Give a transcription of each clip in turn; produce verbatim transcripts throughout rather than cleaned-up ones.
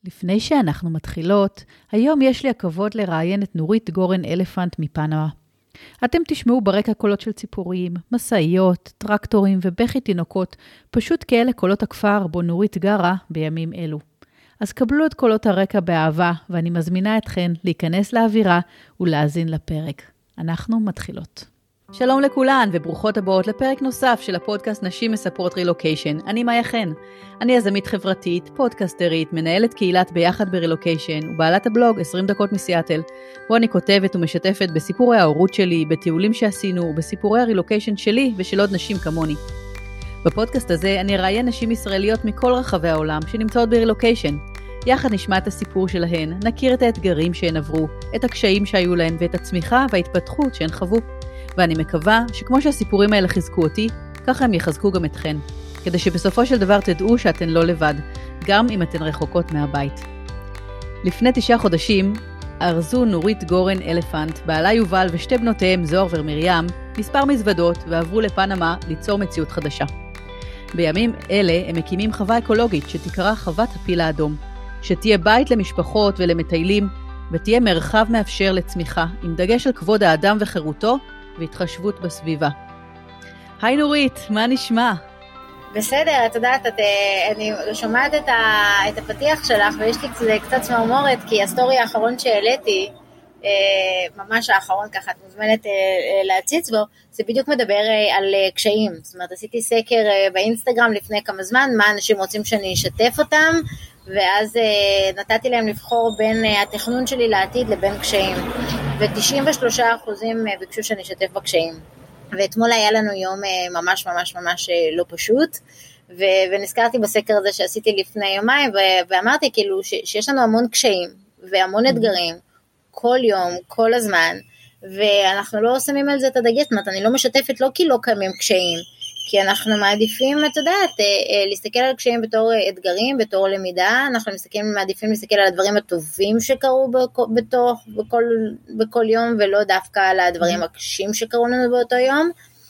לפני שאנחנו מתחילות, היום יש לי הכבוד לראיין את נורית גורן אלפנט מפנמה. אתם תשמעו ברקע קולות של ציפורים, מסעיות, טרקטורים ובכי תינוקות, פשוט כאלה קולות הכפר בו נורית גרה בימים אלו. אז קבלו את קולות הרקע באהבה, ואני מזמינה אתכן להיכנס לאווירה ולהאזין לפרק. אנחנו מתחילות. שלום לכולן וברוכות הבאות לפרק נוסף של הפודקאסט נשים מספרות רילוקיישן. אני מאיה חן. אני יזמית חברתית, פודקסטרית, מנהלת קהילת ביחד ברילוקיישן ובעלת הבלוג עשרים דקות מסיאטל, בו אני כותבת ומשתפת בסיפורי ההורות שלי, בטיולים שעשינו ובסיפורי הרילוקיישן שלי ושל עוד נשים כמוני. בפודקאסט הזה אני אראיין נשים ישראליות מכל רחבי העולם שנמצאות ברילוקיישן. יחד נשמע את הסיפור שלהן, נכיר את האתגרים שהן עברו, את הקשיים שהיו להן ואת הצמיחה וההתפתחות שהן חוו. ואני מקווה שכמו שהסיפורים האלה חיזקו אותי, ככה הם יחזקו גם אתכן, כדי שבסופו של דבר תדעו שאתן לא לבד, גם אם אתן רחוקות מהבית. לפני תשעה חודשים, ארזו נורית גורן אלפנט, בעלה יובל ושתי בנותיהם זוהר ומרים, מספר מזוודות ועברו לפנמה ליצור מציאות חדשה. בימים אלה הם מקימים חווה אקולוגית שתקרא חוות הפיל האדום, שתהיה בית למשפחות ולמטיילים, ותהיה מרחב מאפשר לצמיחה, עם דגש על כבוד האדם וחירותו, והתחשבות בסביבה. היי נורית, מה נשמע? בסדר, את יודעת, את, אני שומעת את, ה, את הפתיח שלך, ויש לי קצת, קצת צמרמורת, כי הסטורי האחרון שהעליתי, ממש האחרון ככה, את מוזמנת להציץ בו, זה בדיוק מדבר על קשיים. זאת אומרת, עשיתי סקר באינסטגרם לפני כמה זמן, מה אנשים רוצים שאני אשתף אותם, ואז נתתי להם לבחור בין התכנון שלי לעתיד לבין קשיים. ו-תשעים ושלושה אחוזים ביקשו שאני אשתף בקשיים. ואתמול היה לנו יום ממש ממש ממש לא פשוט, ו- ונזכרתי בסקר הזה שעשיתי לפני יומיים, ו- ואמרתי כאילו ש- שיש לנו המון קשיים, והמון אתגרים, כל יום, כל הזמן, ואנחנו לא שמים על זה את הדגש, זאת אומרת, אני לא משתפת לא כי לא קיימים קשיים, כי אנחנו מעדיפים, את יודעת, להסתכל על קשיים בתור אתגרים, בתור למידה, אנחנו מסתכלים, מעדיפים להסתכל על הדברים הטובים שקרו בתוך, בכל, בכל יום, ולא דווקא על הדברים הקשים שקרו לנו באותו יום,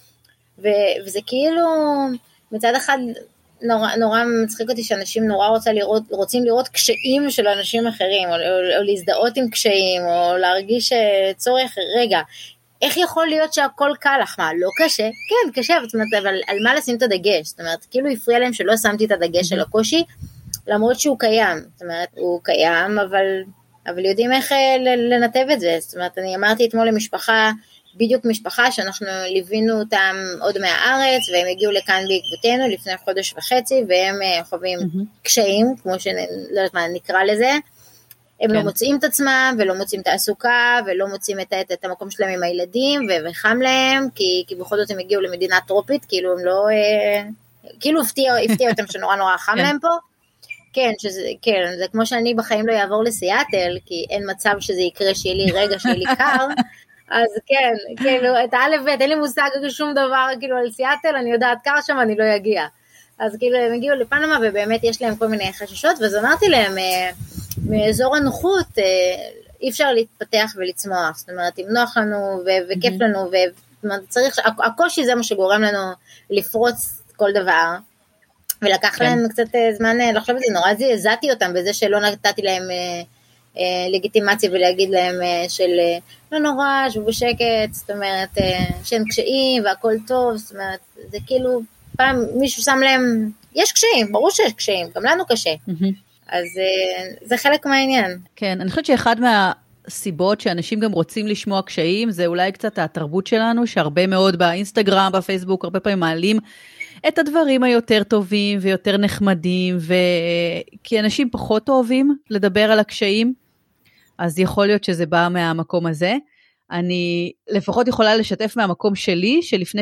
וזה כאילו, מצד אחד, נורא, נורא מצחיק אותי שאנשים נורא רוצה לראות, רוצים לראות קשיים של אנשים אחרים, או, או, או להזדהות עם קשיים, או להרגיש צורך, רגע, איך יכול להיות שהכל קל לך? מה, לא קשה? כן, קשה, זאת אומרת, אבל על מה לשים את הדגש? זאת אומרת, כאילו הפריע להם שלא שמתי את הדגש של הקושי, למרות שהוא קיים. זאת אומרת, הוא קיים, אבל, אבל יודעים איך לנתב את זה. זאת אומרת, אני אמרתי אתמול למשפחה, בדיוק משפחה שאנחנו ליווינו אותם עוד מהארץ, והם הגיעו לכאן בעקבותינו לפני חודש וחצי, והם חווים קשיים, כמו שלא יודעת מה נקרא לזה, הם כן. לא מוצאים את עצמם, ולא מוצאים תעסוקה, ולא מוצאים את, את, את המקום שלהם עם הילדים, ו- וחם להם, כי, כי בכל זאת הם הגיעו למדינה טרופית, כאילו הם לא, אה, כאילו הפתיע, הפתיע אותם שנורא נורא חם להם פה, כן, שזה, כן, זה כמו שאני בחיים לא יעבור לסיאטל, כי אין מצב שזה יקרה שיהיה לי רגע, שיהיה לי קר, אז כן, כאילו, את האלף בית, אין לי מושג שום דבר, כאילו על סיאטל, אני יודעת קר שם, אני לא אגיע, אז כאילו הם הגיעו לפנמה, ובאמת יש להם כל מיני חששות, ואז אמרתי להם, אה, מאזור הנוחות, אי אפשר להתפתח ולצמוח, זאת אומרת, אם נוח לנו ו- וכיף לנו, וצריך, הקושי זה מה שגורם לנו לפרוץ כל דבר, ולקח כן. להם קצת זמן לחשוב את זה, נורא זעזעתי אותם בזה שלא נתתי להם לגיטימציה, ולהגיד להם של לא נורא, שבו בשקט, זאת אומרת, שאין קשיים והכל טוב, זאת אומרת, זה כאילו, פעם מישהו שם להם, יש קשיים, ברור שיש קשיים, גם לנו קשה, אז זה חלק מהעניין. כן, אני חושבת שאחד מהסיבות שאנשים גם רוצים לשמוע קשיים, זה אולי קצת התרבות שלנו, שהרבה מאוד באינסטגרם, בפייסבוק, הרבה פעמים מעלים את הדברים היותר טובים ויותר נחמדים, ו... כי אנשים פחות אוהבים לדבר על הקשיים, אז יכול להיות שזה בא מהמקום הזה. אני לפחות יכולה לשתף מהמקום שלי, שלפני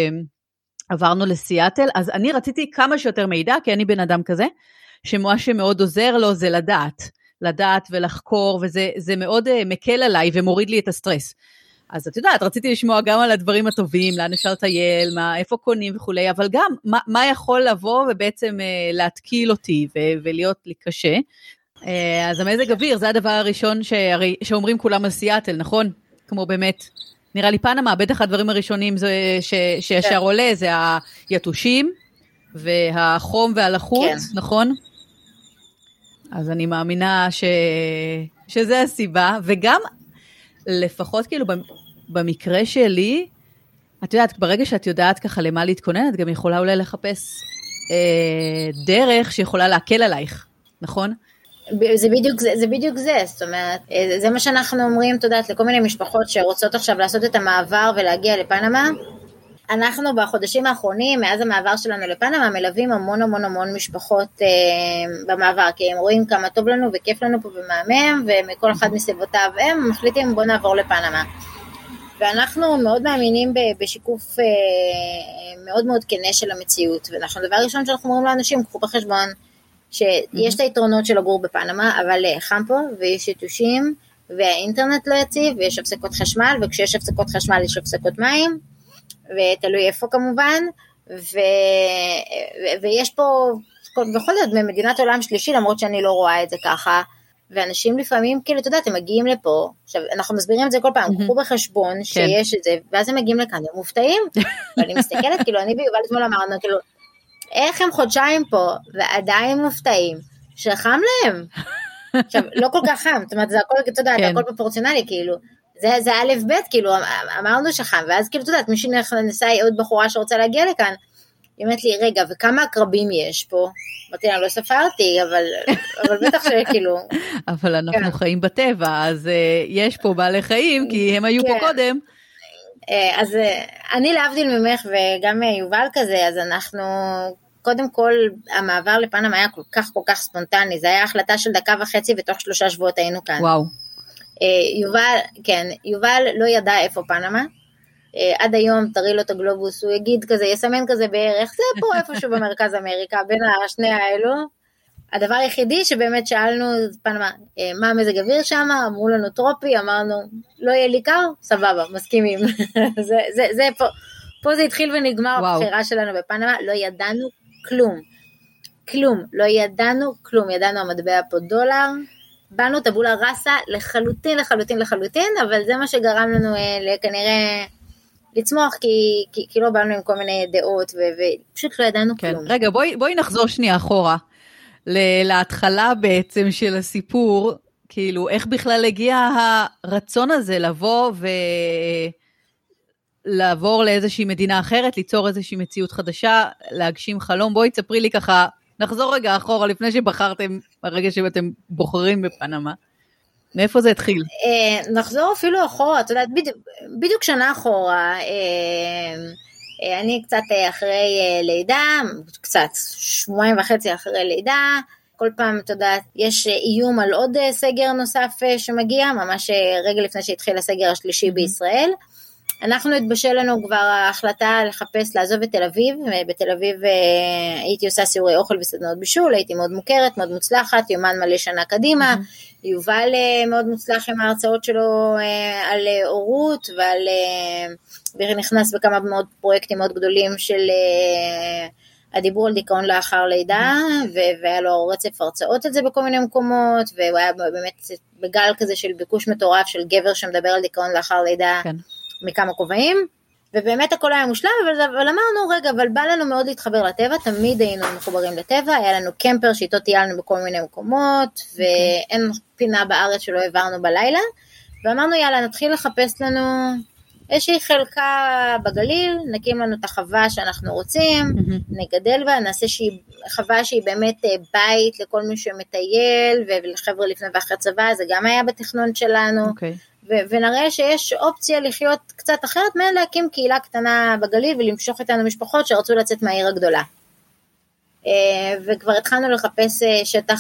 שעברנו לסיאטל, אז אני רציתי כמה שיותר מידע, כי אני בן אדם כזה, שמה שמאוד עוזר לו זה לדעת, לדעת ולחקור, וזה זה מאוד uh, מקל עליי ומוריד לי את הסטרס. אז את יודעת, רציתי לשמוע גם על הדברים הטובים, לאן אפשר לטייל, מה, איפה קונים וכולי, אבל גם מה, מה יכול לבוא ובעצם uh, להתקיל אותי ו- ולהיות לי קשה. Uh, אז המזג אוויר, זה הדבר הראשון שהרי, שאומרים כולם על סיאטל, נכון? כמו באמת, נראה לי פנמה, בטח הדברים הראשונים זה, ש, שישר עולה, זה היתושים, והחום והלחות, כן. נכון? אז אני מאמינה ש... שזה הסיבה, וגם לפחות כאילו במקרה שלי, את יודעת, ברגע שאת יודעת ככה למה להתכונן, את גם יכולה אולי לחפש אה, דרך שיכולה להקל עלייך, נכון? זה בדיוק זה, זה בדיוק זה, זאת אומרת, זה מה שאנחנו אומרים, אתה יודעת, לכל מיני משפחות שרוצות עכשיו לעשות את המעבר ולהגיע לפנמה. אנחנו בחודשים האחרונים, מאז המעבר שלנו לפנמה, מלווים המון המון המון משפחות אה, במעבר, כי הם רואים כמה טוב לנו וכיף לנו פה ומהמם, ומכל אחד מסביבותיו הם מחליטים בוא נעבור לפנמה. ואנחנו מאוד מאמינים בשיקוף אה, מאוד מאוד כנה של המציאות, ואנחנו דבר ראשון שאנחנו אומרים לאנשים, קחו בחשבון, שיש את היתרונות של לגור בפנמה, אבל חם פה ויש יתושים, והאינטרנט לא יציב, ויש הפסקות חשמל, וכשיש הפסקות חשמל יש הפסקות מים, ותלוי איפה כמובן, ו... ויש פה, בכל זאת, במדינת עולם שלישי, למרות שאני לא רואה את זה ככה, ואנשים לפעמים, כאילו, אתה יודעת, הם מגיעים לפה, עכשיו, אנחנו מסבירים את זה כל פעם, קחו בחשבון שיש את זה, ואז הם מגיעים לכאן, הם מופתעים, ואני מסתכלת, כאילו, אני ביובל אתמול אמרנו, כאילו, איך הם חודשיים פה, ועדיין מופתעים, שחם להם. עכשיו, לא כל כך חם, זאת אומרת, זה הכל, אתה יודע, זה הכל פרופורציונלי, כאילו, זה, זה א' ב', כאילו, אמרנו שחם, ואז כאילו, אתה יודעת, מישהו נסע עוד בחורה שרוצה להגיע לכאן, היא אומרת לי, רגע, וכמה הקרבים יש פה? אמרתי לה, לא ספרתי, אבל, אבל בטח שכאילו... אבל אנחנו חיים בטבע, אז יש פה בעלי חיים, כי הם היו פה קודם. אז אני להבדיל ממך, וגם יובל כזה, אז אנחנו... קודם כל, המעבר לפנמה היה כל כך כל כך ספונטני, זה היה החלטה של דקה וחצי, ותוך שלושה שבועות היינו כאן. וואו. יובל, כן, יובל לא ידע איפה פנמה, עד היום תראי לו את הגלובוס, הוא יגיד כזה, יסמן כזה בערך, זה פה איפשהו במרכז אמריקה, בין השני האלו. הדבר היחידי שבאמת שאלנו, פנמה, מה המזג אוויר שם, אמרו לנו טרופי, אמרנו, לא יהיה לי קר, סבבה, מסכימים. זה, זה, זה פה, פה זה התחיל ונגמר, הבחירה שלנו בפנמה, לא ידענו כלום, כלום, לא ידענו כלום, ידענו המטבע פה דולר, באנו טבולה רסה לחלוטין, לחלוטין, לחלוטין, אבל זה מה שגרם לנו אה, כנראה לצמוח, כי, כי, כי לא באנו עם כל מיני דעות, ו, ופשוט לא ידענו כן. כלום. רגע, בואי, בואי נחזור שנייה אחורה, להתחלה בעצם של הסיפור, כאילו, איך בכלל הגיע הרצון הזה לבוא ו... לעבור לאיזושהי מדינה אחרת, ליצור איזושהי מציאות חדשה, להגשים חלום. בואי תספרי לי ככה, נחזור רגע אחורה, לפני שבחרתם, הרגע שאתם בוחרים בפנמה. מאיפה זה התחיל? נחזור אפילו אחורה, אתה יודעת, בדיוק שנה אחורה, אני קצת אחרי לידה, קצת שבועיים וחצי אחרי לידה, כל פעם, אתה יודעת, יש איום על עוד סגר נוסף שמגיע, ממש רגע לפני שהתחיל הסגר השלישי בישראל, אנחנו התבשל לנו כבר ההחלטה לחפש לעזוב את תל אביב, בתל אביב הייתי עושה סיורי אוכל וסדנות בישול, הייתי מאוד מוכרת, מאוד מוצלחת, יומן מלא שנה קדימה, mm-hmm. יובל מאוד מוצלח עם ההרצאות שלו על אורות, ועל, ונכנס בכמה מאוד פרויקטים מאוד גדולים של הדיבור על דיכאון לאחר לידה, mm-hmm. והיה לו רצף הרצאות את זה בכל מיני מקומות, והוא היה באמת בגל כזה של ביקוש מטורף של גבר שמדבר על דיכאון לאחר לידה, כן. מכמה כובעים, ובאמת הכל היה מושלם, אבל, אבל אמרנו, רגע, אבל בא לנו מאוד להתחבר לטבע, תמיד היינו מחוברים לטבע, היה לנו קמפר שאיתו טיילנו בכל מיני מקומות, okay. ואין פינה בארץ שלא העברנו בלילה, ואמרנו, יאללה, נתחיל לחפש לנו איזושהי חלקה בגליל, נקים לנו את החווה שאנחנו רוצים, mm-hmm. נגדל בה, נעשה שהיא, חווה שהיא באמת בית לכל מי שמטייל, ולחבר'ה לפני ואחרי צבא, זה גם היה בתכנון שלנו, אוקיי. Okay. ו- ונראה שיש אופציה לחיות קצת אחרת, מה להקים קהילה קטנה בגליל, ולמשוך איתנו משפחות שרצו לצאת מהעיר הגדולה. וכבר התחלנו לחפש שטח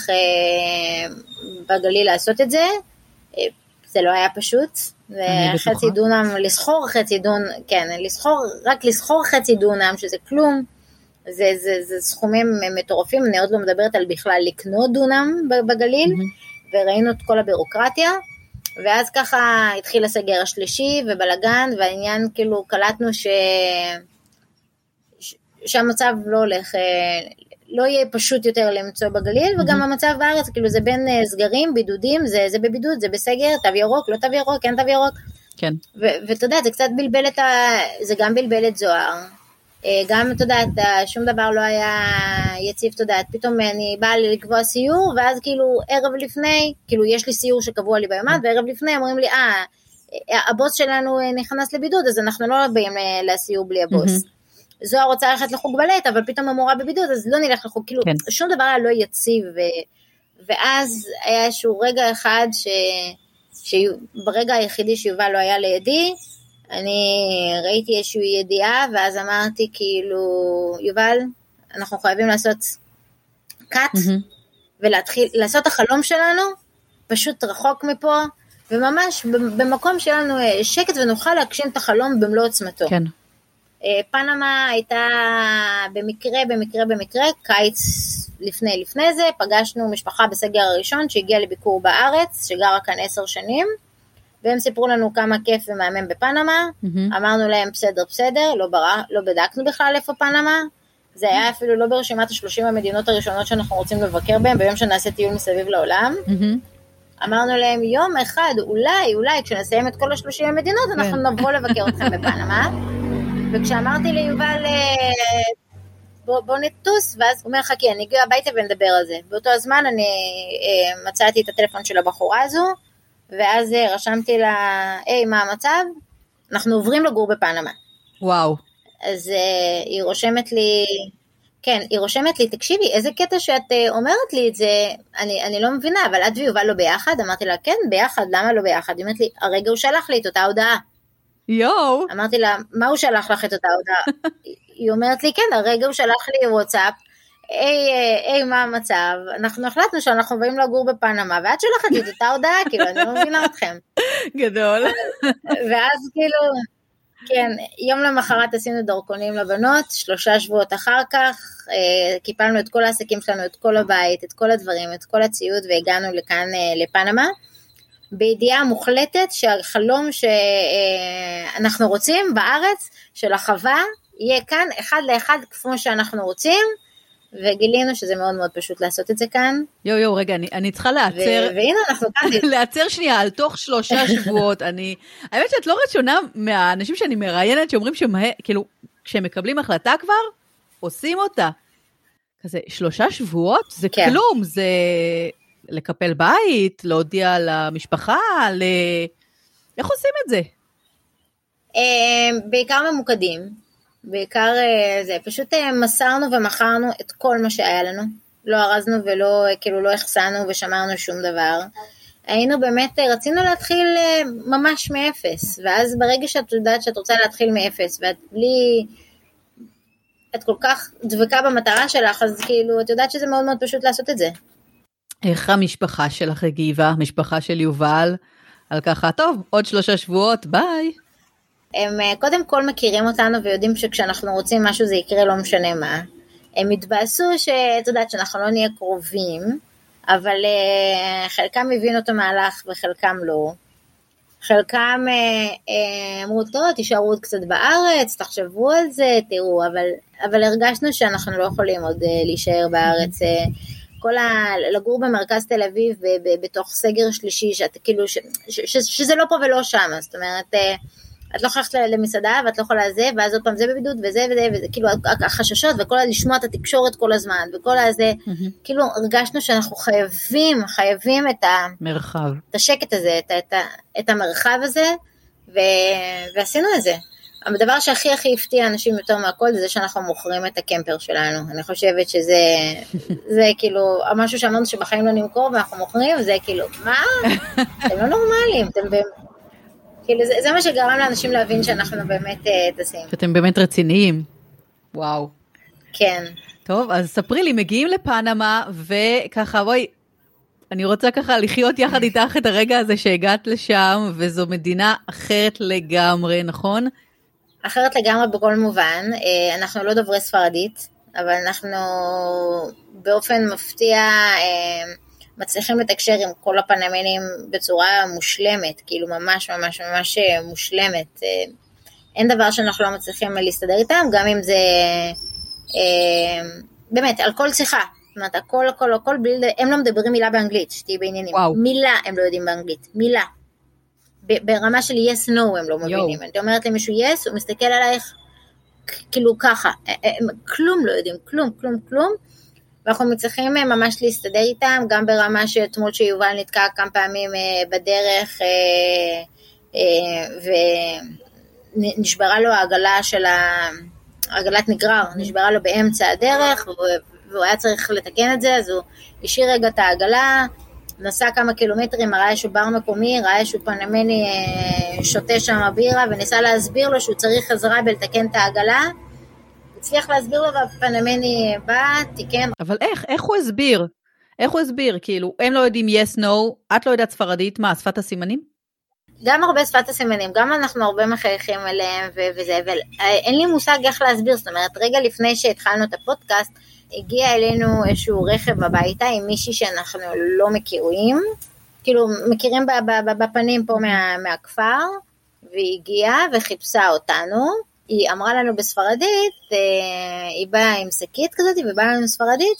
בגליל לעשות את זה, זה לא היה פשוט, חצי דונם, לסחור חצי דונם, כן, לסחור, רק לסחור חצי דונם, שזה כלום, זה, זה, זה סכומים מטורפים, אני עוד לא מדברת על בכלל לקנות דונם בגליל, mm-hmm. וראינו את כל הבירוקרטיה, ואז ככה התחיל הסגר השלישי ובלגן, והעניין כאילו קלטנו ש... ש... שהמצב לא הולך, לא יהיה פשוט יותר למצוא בגליל, וגם mm-hmm. המצב בארץ, כאילו זה בין סגרים, בידודים, זה, זה בבידוד, זה בסגר, תו ירוק, לא תו ירוק, כן תו ירוק. כן. ו- ואתה יודע, זה קצת בלבל את ה... זה גם בלבל את זוהר, גם, אתה יודעת, שום דבר לא היה יציב, אתה יודעת, פתאום אני באה לקבוע סיור, ואז כאילו ערב לפני, כאילו יש לי סיור שקבוע לי ביומן, וערב לפני אומרים לי, אה, הבוס שלנו נכנס לבידוד, אז אנחנו לא באים לסיור בלי הבוס. זוהר רוצה ללכת לחוג בלט, אבל פתאום המורה בבידוד, אז לא נלך לחוג, כאילו שום דבר היה לא יציב, ואז היה איזשהו רגע אחד, שברגע היחידי שיובל לא היה לידי, אני ראיתי איזושהי ידיעה, ואז אמרתי כאילו, יובל, אנחנו חייבים לעשות קאט, ולהתחיל, לעשות החלום שלנו, פשוט רחוק מפה, וממש במקום שלנו שקט, ונוכל להגשים את החלום במלוא עוצמתו. כן. פנמה הייתה במקרה, במקרה, במקרה, קיץ לפני, לפני זה, פגשנו משפחה בסגר הראשון, שהגיעה לביקור בארץ, שגרה כאן עשר שנים, והם סיפרו לנו כמה כיף ומאמן בפנמה, mm-hmm. אמרנו להם בסדר, בסדר, לא, ברא, לא בדקנו בכלל איפה פנמה, זה היה אפילו לא ברשימת השלושים המדינות הראשונות שאנחנו רוצים לבקר בהם, ביום שנעשה טיול מסביב לעולם, mm-hmm. אמרנו להם יום אחד, אולי, אולי, כשנסיים את כל השלושים המדינות, yeah. אנחנו נבוא לבקר אתכם בפנמה, וכשאמרתי ליובל, בוא, בוא נטוס, ואז הוא אומר, חכי, אני אגיע הביתה ונדבר על זה, באותו הזמן אני אה, מצאתי את הטלפון של הבחורה הזו, ואז רשמתי לה, היי, מה המצב? אנחנו עוברים לגור בפנמה. וואו. אז uh, היא רושמת לי, כן, היא רושמת לי, תקשיבי, איזה קטע שאת uh, אומרת לי את זה, אני, אני לא מבינה, אבל את ויובל לא ביחד? אמרתי לה, כן, ביחד, למה לא ביחד? היא אומרת לי, הרגע הוא שלח לי את אותה הודעה. יואו. אמרתי לה, מה הוא שלח לך את אותה הודעה? היא אומרת לי, כן, הרגע הוא שלח לי וואטסאפ, היי, היי, מה המצב? אנחנו החלטנו שאנחנו באים לגור בפנמה, ואת שלחת לי את אותה הודעה, כאילו, אני לא מבינה אתכם. גדול. ואז כאילו, כן, יום למחרת עשינו דרכונים לבנות, שלושה שבועות אחר כך, קיפלנו את כל העסקים שלנו, את כל הבית, את כל הדברים, את כל הציוד, והגענו לכאן לפנמה, בידיעה מוחלטת שהחלום שאנחנו רוצים בארץ, של החווה, יהיה כאן אחד לאחד כמו שאנחנו רוצים, וגילינו שזה מאוד מאוד פשוט לעשות את זה כאן. יו יו, רגע, אני, אני צריכה לעצר. ו- והנה אנחנו כאן. לעצר שנייה, על תוך שלושה שבועות, אני, האמת שאת לא ראשונה מהאנשים שאני מראיינת, שאומרים שמהר, כאילו, כשהם מקבלים החלטה כבר, עושים אותה. כזה, שלושה שבועות? זה כן. כלום, זה לקפל בית, להודיע למשפחה, ל... איך עושים את זה? בעיקר ממוקדים. בעיקר זה, פשוט מסרנו ומכרנו את כל מה שהיה לנו, לא ארזנו ולא, כאילו לא החסנו ושמרנו שום דבר, היינו באמת, רצינו להתחיל ממש מאפס, ואז ברגע שאת יודעת שאת רוצה להתחיל מאפס, ואת בלי, את כל כך דבקה במטרה שלך, אז כאילו את יודעת שזה מאוד מאוד פשוט לעשות את זה. איך המשפחה שלך הגיבה, המשפחה של יובל, על ככה, טוב, עוד שלושה שבועות, ביי. הם קודם כל מכירים אותנו ויודעים שכשאנחנו רוצים משהו זה יקרה לא משנה מה. הם התבאסו שאת יודעת שאנחנו לא נהיה קרובים, אבל uh, חלקם הבינו את המהלך וחלקם לא. חלקם uh, אמרו, טוב, תישארו עוד קצת בארץ, תחשבו על זה, תראו, אבל, אבל הרגשנו שאנחנו לא יכולים עוד uh, להישאר בארץ. Uh, כל ה... לגור במרכז תל אביב ב- ב- בתוך סגר שלישי, שאת, כאילו, ש- ש- ש- שזה לא פה ולא שם, זאת אומרת... Uh, את לא הולכת למסעדה, ואת לא יכולה זה, ואז עוד פעם זה בבידוד, וזה וזה, וזה, כאילו, החששות, וכל לשמוע את התקשורת כל הזמן, וכל הזה, כאילו, הרגשנו שאנחנו חייבים, חייבים את המרחב, את השקט הזה, את, את, את המרחב הזה, ו, ועשינו את זה. הדבר שהכי הכי הפתיע אנשים יותר מהכל, זה שאנחנו מוכרים את הקמפר שלנו. אני חושבת שזה, זה כאילו, המשהו שאמרנו שבחיים לא נמכור, ואנחנו מוכרים, זה כאילו, מה? אתם לא נורמליים, אתם באמת, כאילו, זה, זה מה שגרם לאנשים להבין שאנחנו באמת uh, טסים. שאתם באמת רציניים. וואו. כן. טוב, אז ספרי לי, מגיעים לפנמה, וככה, בואי, אני רוצה ככה לחיות יחד איתך את הרגע הזה שהגעת לשם, וזו מדינה אחרת לגמרי, נכון? אחרת לגמרי בכל מובן. אנחנו לא דוברי ספרדית, אבל אנחנו באופן מפתיע... מצליחים לתקשר עם כל הפנמנים בצורה מושלמת, כאילו ממש ממש ממש מושלמת. אין דבר שאנחנו לא מצליחים להסתדר איתם, גם אם זה, באמת, על כל שיחה. זאת אומרת, הכל, הכל, הכל, הם לא מדברים מילה באנגלית, שתהי בעניינים. וואו. מילה הם לא יודעים באנגלית, מילה. ברמה של yes, no הם לא מבינים. אני אומרת למישהו yes, הוא מסתכל עלייך, כאילו ככה, הם כלום לא יודעים, כלום, כלום, כלום, ואנחנו מצליחים ממש להסתדר איתם, גם ברמה שאתמול שיובל נתקע כמה פעמים בדרך, ונשברה לו העגלה של העגלת נגרר, נשברה לו באמצע הדרך, והוא היה צריך לתקן את זה, אז הוא השאיר רגע את העגלה, נסע כמה קילומטרים, ראה איזשהו בר מקומי, ראה איזשהו פנמני שותה שם בירה, וניסה להסביר לו שהוא צריך עזרה בלתקן את העגלה, הצליח להסביר לו, והפנמני בא, תיקן. אבל איך? איך הוא הסביר? איך הוא הסביר? כאילו, הם לא יודעים yes, no, את לא יודעת ספרדית, מה, שפת הסימנים? גם הרבה שפת הסימנים, גם אנחנו הרבה מחייכים אליהם וזה, אבל אין לי מושג איך להסביר, זאת אומרת, רגע לפני שהתחלנו את הפודקאסט, הגיע אלינו איזשהו רכב הביתה עם מישהי שאנחנו לא מכירים, כאילו מכירים בפנים פה מה, מהכפר, והיא הגיעה וחיפשה אותנו, היא אמרה לנו בספרדית, היא באה עם שקית כזאת, ובאה לנו בספרדית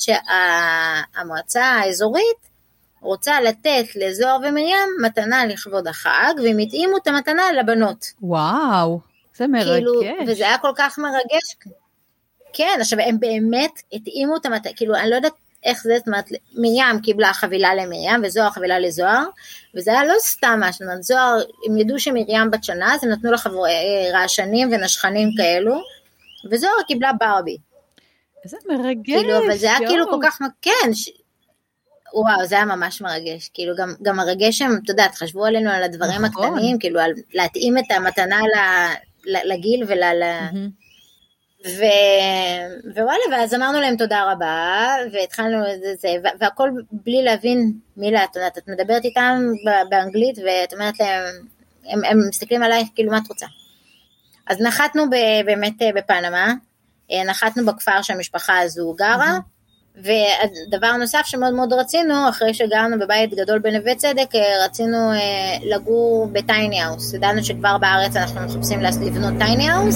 שהמועצה האזורית רוצה לתת לזוהר ומרים מתנה לכבוד החג, והם התאימו את המתנה לבנות. וואו, זה מרגש. כאילו, וזה היה כל כך מרגש. כן, עכשיו הם באמת התאימו את המתנה, כאילו אני לא יודעת איך זה, זאת אומרת, מרים קיבלה חבילה למרים, וזוהר חבילה לזוהר, וזה היה לא סתם משהו, זוהר, הם ידעו שמרים בת שנה, אז הם נתנו לה רעשנים ונשכנים כאלו, וזוהר קיבלה ברבי. איזה מרגש. כאילו, אבל זה היה כאילו כל כך, כן, ש... וואו, זה היה ממש מרגש, כאילו גם, גם מרגש שם, אתה יודעת, חשבו עלינו על הדברים נכון. הקטנים, כאילו על להתאים את המתנה לגיל ול... Mm-hmm. ו... ווואלה, ואז אמרנו להם תודה רבה, והתחלנו את זה, והכל בלי להבין מילה, את יודעת, את מדברת איתם באנגלית, ואת אומרת להם, הם, הם מסתכלים עלייך, כאילו מה את רוצה? אז נחתנו באמת בפנמה, נחתנו בכפר שהמשפחה הזו גרה, והדבר נוסף שמאוד מאוד רצינו, אחרי שגרנו בבית גדול בנווה צדק, רצינו לגור בטייני האוס, ידענו שכבר בארץ אנחנו מחפשים לבנות טייני האוס,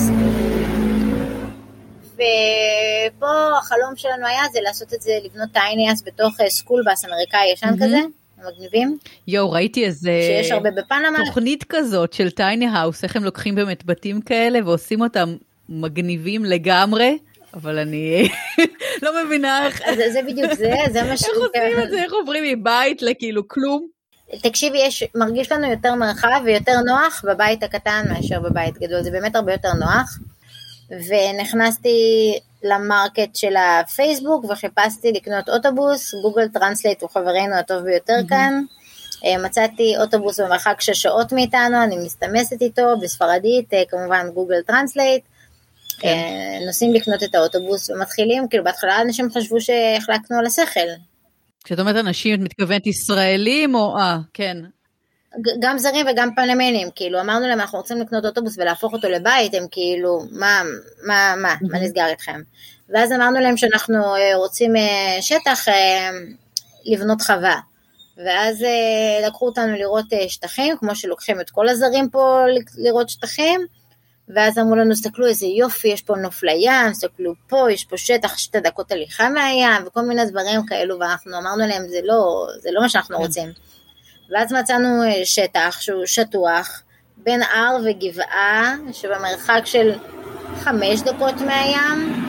ופה החלום שלנו היה זה לעשות את זה, לבנות טייני האוס בתוך סקול באס אמריקאי ישן כזה, מגניבים. יו, ראיתי איזה שיש הרבה בפנמה. תוכנית כזאת של טייני האוס, איך הם לוקחים באמת בתים כאלה ועושים אותם מגניבים לגמרי, אבל אני לא מבינה איך... זה בדיוק זה, זה מה ש... איך עושים את זה, איך עוברים מבית לכאילו כלום? תקשיבי, יש, מרגיש לנו יותר מרחב ויותר נוח בבית הקטן מאשר בבית גדול, זה באמת הרבה יותר נוח, ונכנסתי למרקט של הפייסבוק, וחיפשתי לקנות אוטובוס, גוגל טרנסלייט הוא חברינו הטוב ביותר כאן, מצאתי אוטובוס במרחק שש שעות מאיתנו, אני מסתמסת איתו בספרדית, כמובן גוגל טרנסלייט, נוסעים לקנות את האוטובוס ומתחילים, כאילו בהתחלה אנשים חשבו שהחלקנו על השכל. כשאת אומרת אנשים, את מתכוונת ישראלים או, אה, כן. גם זרים וגם פנמנים, כאילו אמרנו להם אנחנו רוצים לקנות אוטובוס ולהפוך אותו לבית, הם כאילו, מה, מה, מה, מה נסגר איתכם? ואז אמרנו להם שאנחנו רוצים שטח לבנות חווה, ואז לקחו אותנו לראות שטחים, כמו שלוקחים את כל הזרים פה לראות שטחים, ואז אמרו לנו, סתכלו איזה יופי, יש פה נוף לים, סתכלו פה, יש פה שטח שתי דקות הליכה מהים, וכל מיני דברים כאלו, ואנחנו אמרנו להם, זה לא, זה לא מה שאנחנו רוצים. ואז מצאנו שטח שהוא שטוח, בין הר וגבעה, שבמרחק של חמש דקות מהים,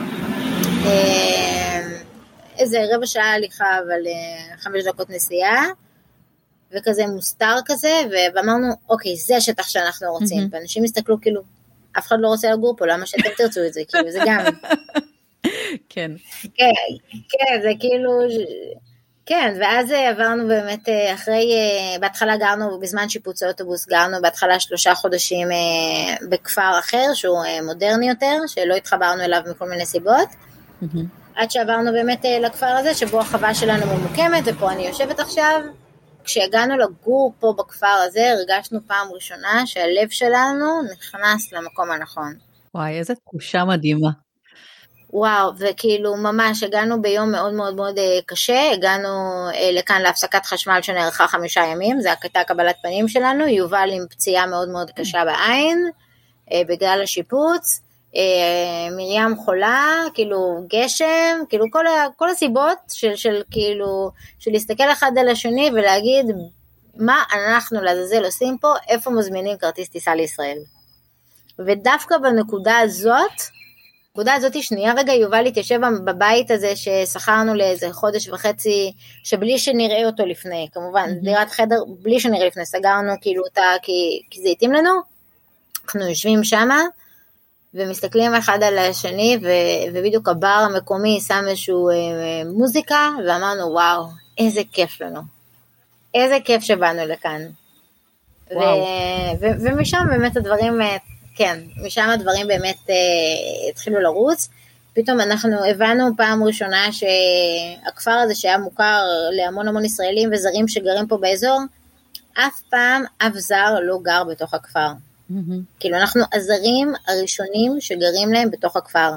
איזה רבע שעה הליכה, אבל חמש דקות נסיעה, וכזה מוסתר כזה, ואמרנו, אוקיי, זה השטח שאנחנו רוצים, mm-hmm. ואנשים הסתכלו כאילו, אף אחד לא רוצה לגור פה, למה שאתם תרצו את זה, כאילו, זה גם. כן. כן, כן, זה כאילו, כן, ואז עברנו באמת אחרי, בהתחלה גרנו, בזמן שיפוץ האוטובוס, גרנו בהתחלה שלושה חודשים בכפר אחר, שהוא מודרני יותר, שלא התחברנו אליו מכל מיני סיבות, עד שעברנו באמת לכפר הזה, שבו החווה שלנו ממוקמת, ופה אני יושבת עכשיו, כשהגענו לגור פה בכפר הזה, הרגשנו פעם ראשונה שהלב שלנו נכנס למקום הנכון. וואי, איזו תחושה מדהימה. וואו, וכאילו ממש הגענו ביום מאוד מאוד מאוד קשה, הגענו לכאן להפסקת חשמל שנערכה חמישה ימים, זה הייתה קבלת פנים שלנו, יובל עם פציעה מאוד מאוד קשה בעין, בגלל השיפוץ, מרים חולה, כאילו גשם, כאילו כל, כל הסיבות של, של כאילו, של להסתכל אחד על השני ולהגיד, מה אנחנו לעזאזל עושים פה, איפה מזמינים כרטיס טיסה לישראל. ודווקא בנקודה הזאת, בנקודה הזאת שנייה רגע, יובל התיישב בבית הזה ששכרנו לאיזה חודש וחצי, שבלי שנראה אותו לפני, כמובן, mm-hmm. דירת חדר, בלי שנראה לפני, סגרנו כאילו אותה, כי, כי זה התאים לנו, אנחנו יושבים שמה, ומסתכלים אחד על השני, ו, ובדיוק הבר המקומי שם איזשהו אה, מוזיקה, ואמרנו, וואו, איזה כיף לנו, איזה כיף שבאנו לכאן. ו, ו, ומשם באמת הדברים, כן, משם הדברים באמת אה, התחילו לרוץ, פתאום אנחנו הבנו פעם ראשונה שהכפר הזה שהיה מוכר להמון המון ישראלים וזרים שגרים פה באזור, אף פעם אף זר לא גר בתוך הכפר. Mm-hmm. כאילו אנחנו הזרים הראשונים שגרים להם בתוך הכפר.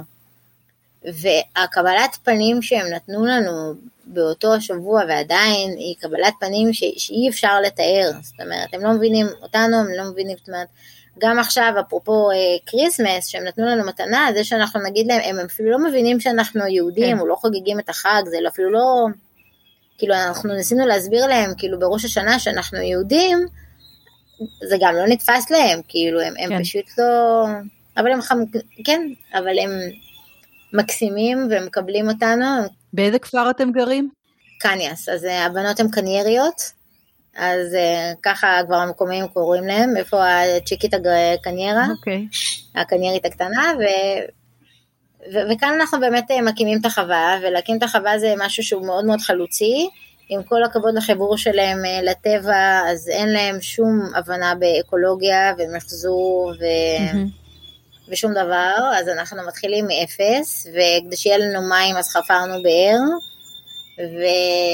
והקבלת פנים שהם נתנו לנו באותו השבוע ועדיין היא קבלת פנים ש- שאי אפשר לתאר. זאת אומרת, הם לא מבינים אותנו, הם לא מבינים, זאת אומרת, גם עכשיו, אפרופו קריסמס, שהם נתנו לנו מתנה, זה שאנחנו נגיד להם, הם אפילו לא מבינים שאנחנו יהודים, או לא חוגגים את החג, זה אפילו לא, כאילו אנחנו ניסינו להסביר להם, כאילו בראש השנה שאנחנו יהודים, זה גם לא נתפס להם, כאילו הם, הם פשוט לא, אבל הם, כן, אבל הם מקסימים והם מקבלים אותנו. באיזה כפר אתם גרים? קניאס, אז הבנות הן קנייריות, אז uh, ככה כבר המקומיים קוראים להם, איפה הצ'יקית הקניירה, okay. הקניירית הקטנה, ו, ו, וכאן אנחנו באמת מקימים את החווה, ולהקים את החווה זה משהו שהוא מאוד מאוד חלוצי, עם כל הכבוד לחיבור שלהם לטבע, אז אין להם שום הבנה באקולוגיה ומחזור ו... mm-hmm. ושום דבר, אז אנחנו מתחילים מאפס, וכדי שיהיה לנו מים אז חפרנו באר, ו...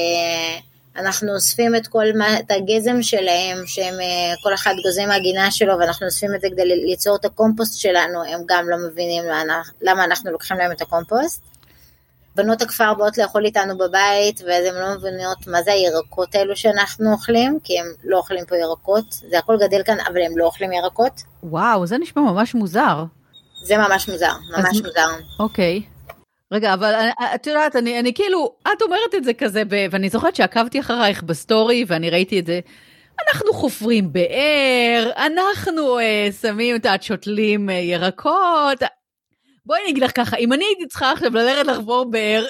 אנחנו אוספים את כל את הגזם שלהם, שהם כל אחד גוזם מהגינה שלו, ואנחנו אוספים את זה כדי ליצור את הקומפוסט שלנו, הם גם לא מבינים למה אנחנו לוקחים להם את הקומפוסט. בנות הכפר באות לאכול איתנו בבית, ואז הם לא מבינות מה זה הירקות האלו שאנחנו אוכלים, כי הם לא אוכלים פה ירקות, זה הכל גדל כאן, אבל הם לא אוכלים ירקות. וואו, זה נשמע ממש מוזר. זה ממש מוזר, ממש אז... מוזר. אוקיי. רגע, אבל את יודעת, אני, אני כאילו, את אומרת את זה כזה, ואני זוכרת שעקבתי אחרייך בסטורי, ואני ראיתי את זה, אנחנו חופרים באר, אנחנו אה, שמים את שותלים אה, ירקות, בואי אני אגיד לך ככה, אם אני הייתי צריכה עכשיו ללכת לחפור באר,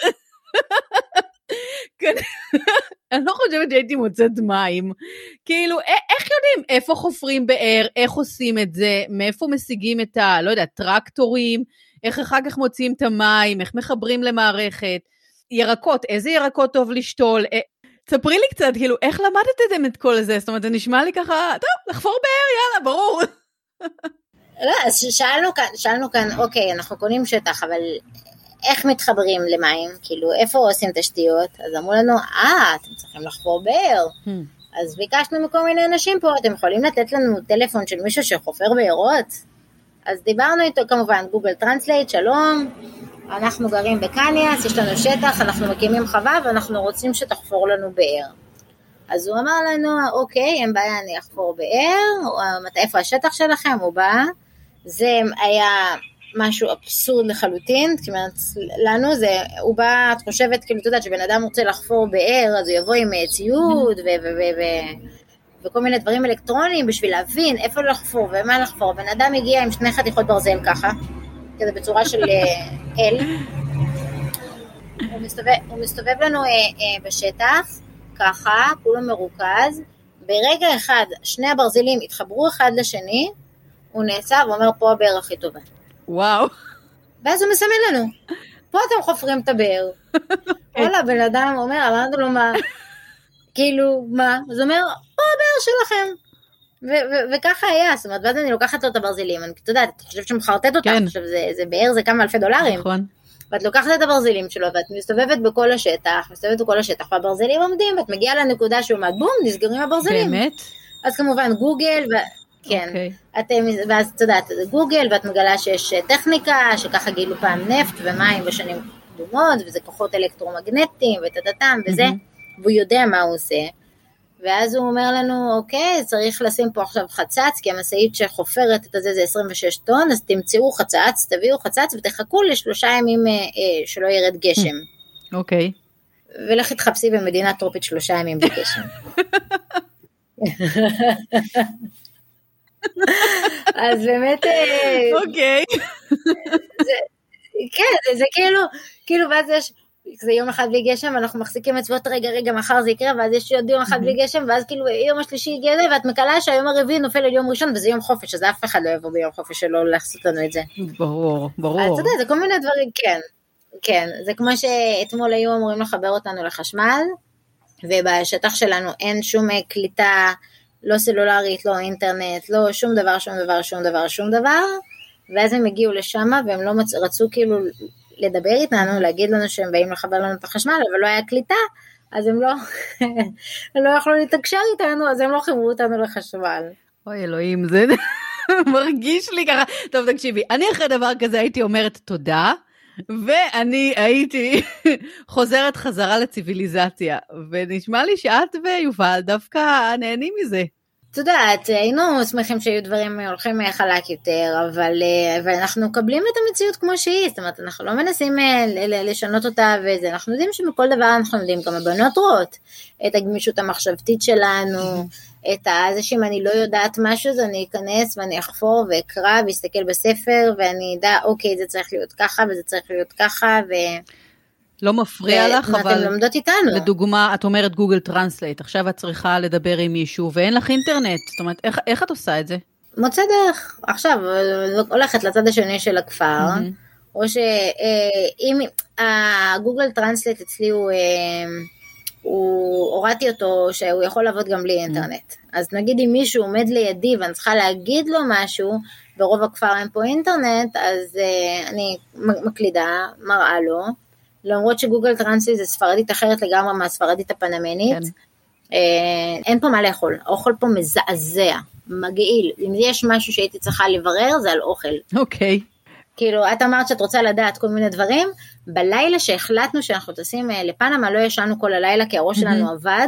אני לא חושבת שהייתי מוצאת מים, כאילו, איך יודעים איפה חופרים באר, איך עושים את זה, מאיפה משיגים את ה, לא יודע, טרקטורים, איך אחר כך מוציאים את המים, איך מחברים למערכת, ירקות, איזה ירקות טוב לשתול, תספרי לי קצת, כאילו, איך למדתם את כל זה, זאת אומרת, זה נשמע לי ככה, טוב, לחפור באר, יאללה, ברור. לא, אז שאלנו כאן, שאלנו כאן, אוקיי, אנחנו קונים שטח, אבל איך מתחברים למים, כאילו, איפה עושים תשתיות? אז אמרו לנו, אה, אתם צריכים לחפור באר. אז ביקשנו מכל מיני אנשים פה, אתם יכולים לתת לנו טלפון של מישהו שחופר בארות? אז דיברנו איתו כמובן, גוגל טרנסלייט, שלום, אנחנו גרים בקניאס, יש לנו שטח, אנחנו מקימים חווה, ואנחנו רוצים שתחפור לנו באר. אז הוא אמר לנו, אוקיי, אין בעיה, אני אחפור באר, איפה השטח שלכם? הוא בא, זה היה משהו אבסורד לחלוטין, זאת אומרת, לנו זה, הוא בא, את חושבת, כאילו, אתה יודעת, שבן אדם רוצה לחפור באר, אז הוא יבוא עם ציוד, ו... ו, ו, ו וכל מיני דברים אלקטרוניים בשביל להבין איפה לחפור ומה לחפור. בן אדם הגיע עם שני חתיכות ברזל ככה, כזה בצורה של אל. הוא מסתובב, הוא מסתובב לנו אה, אה, בשטח, ככה, כולו מרוכז. ברגע אחד, שני הברזלים התחברו אחד לשני, הוא נעצר ואומר, פה הבאר הכי טובה. וואו. ואז הוא מסמן לנו, פה אתם חופרים את הבאר. וואלה, בן אדם אומר, אמרנו לו מה... כאילו, מה? אז הוא אומר, פה הבאר שלכם. ו- ו- וככה היה, זאת אומרת, ואז אני לוקחת לו את הברזלים, אני, אתה יודע, אתה חושב שמחרטט אותך, כן. עכשיו זה, זה באר, זה כמה אלפי דולרים. נכון. ואת לוקחת את הברזלים שלו, ואת מסתובבת בכל השטח, מסתובבת בכל השטח, והברזלים עומדים, ואת מגיעה לנקודה שהוא מעט, בום, נסגרים הברזלים. באמת? אז כמובן, גוגל, ו... כן. Okay. אתם, ואז אתה יודעת, זה גוגל, ואת מגלה שיש טכניקה, שככה גילו פעם נפט ומים בשנים קדומות, וזה כוחות אלקטרומגנטיים, ותתתם, וזה. Mm-hmm. והוא יודע מה הוא עושה, ואז הוא אומר לנו, אוקיי, צריך לשים פה עכשיו חצץ, כי המשאית שחופרת את זה זה עשרים ושש טון, אז תמצאו חצץ, תביאו חצץ, ותחכו לשלושה ימים אה, שלא ירד גשם. אוקיי. ולך תחפשי במדינה טרופית שלושה ימים בגשם. אז באמת... אוקיי. כן, זה כאילו, כאילו, ואז יש, זה יום אחד בלי גשם, ואנחנו מחזיקים מצוות, רגע, רגע, מחר זה יקרה, ואז יש עוד יום אחד בלי גשם, ואז כאילו, יום השלישי הגיע זה, ואת מקלה שהיום הרביעי נופל על יום ראשון, וזה יום חופש, אז אף אחד לא יבוא ביום חופש שלא לעשות לנו את זה. ברור, ברור. אז אתה יודע, זה כל מיני דברים, כן, כן, זה כמו שאתמול היו אמורים לחבר אותנו לחשמל, ובשטח שלנו אין שום קליטה, לא סלולרית, לא אינטרנט, לא שום דבר, שום דבר, שום דבר, שום דבר, ואז הם הגיעו לשם, והם לא מצ... רצו כאילו לדבר איתנו, להגיד לנו שהם באים לחבר לנו את החשמל, אבל לא היה קליטה, אז הם לא, הם לא יכלו להתקשר איתנו, אז הם לא חיברו אותנו לחשמל. אוי אלוהים, זה מרגיש לי ככה. טוב, תקשיבי, אני אחרי דבר כזה הייתי אומרת תודה, ואני הייתי חוזרת חזרה לציביליזציה, ונשמע לי שאת ויובל דווקא נהנים מזה. את יודעת, היינו שמחים שהיו דברים הולכים חלק יותר, אבל, אבל אנחנו מקבלים את המציאות כמו שהיא, זאת אומרת, אנחנו לא מנסים לשנות אותה וזה, אנחנו יודעים שבכל דבר אנחנו יודעים, גם הבנות רואות את הגמישות המחשבתית שלנו, את זה שאם אני לא יודעת משהו, אז אני אכנס ואני אחפור ואקרא ואסתכל בספר, ואני אדע, אוקיי, זה צריך להיות ככה, וזה צריך להיות ככה, ו... לא מפריע ו... לך, אבל... אתם לומדות איתנו. לדוגמה, את אומרת גוגל טרנסלייט, עכשיו את צריכה לדבר עם מישהו, ואין לך אינטרנט, זאת אומרת, איך, איך את עושה את זה? מוצא דרך, עכשיו, הולכת לצד השני של הכפר, mm-hmm. או שאם הגוגל טרנסלייט אצלי הוא... הוא, הורדתי אותו שהוא יכול לעבוד גם בלי אינטרנט. אז נגיד אם מישהו עומד לידי ואני צריכה להגיד לו משהו, ברוב הכפר אין פה אינטרנט, אז uh, אני מקלידה, מראה לו, למרות שגוגל טרנסלייט זה ספרדית אחרת לגמרי מהספרדית הפנמנית, כן. uh, אין פה מה לאכול, האוכל פה מזעזע, מגעיל, אם יש משהו שהייתי צריכה לברר זה על אוכל. אוקיי. Okay. כאילו, את אמרת שאת רוצה לדעת כל מיני דברים, בלילה שהחלטנו שאנחנו טסים לפנמה, לא ישנו כל הלילה, כי הראש שלנו עבד,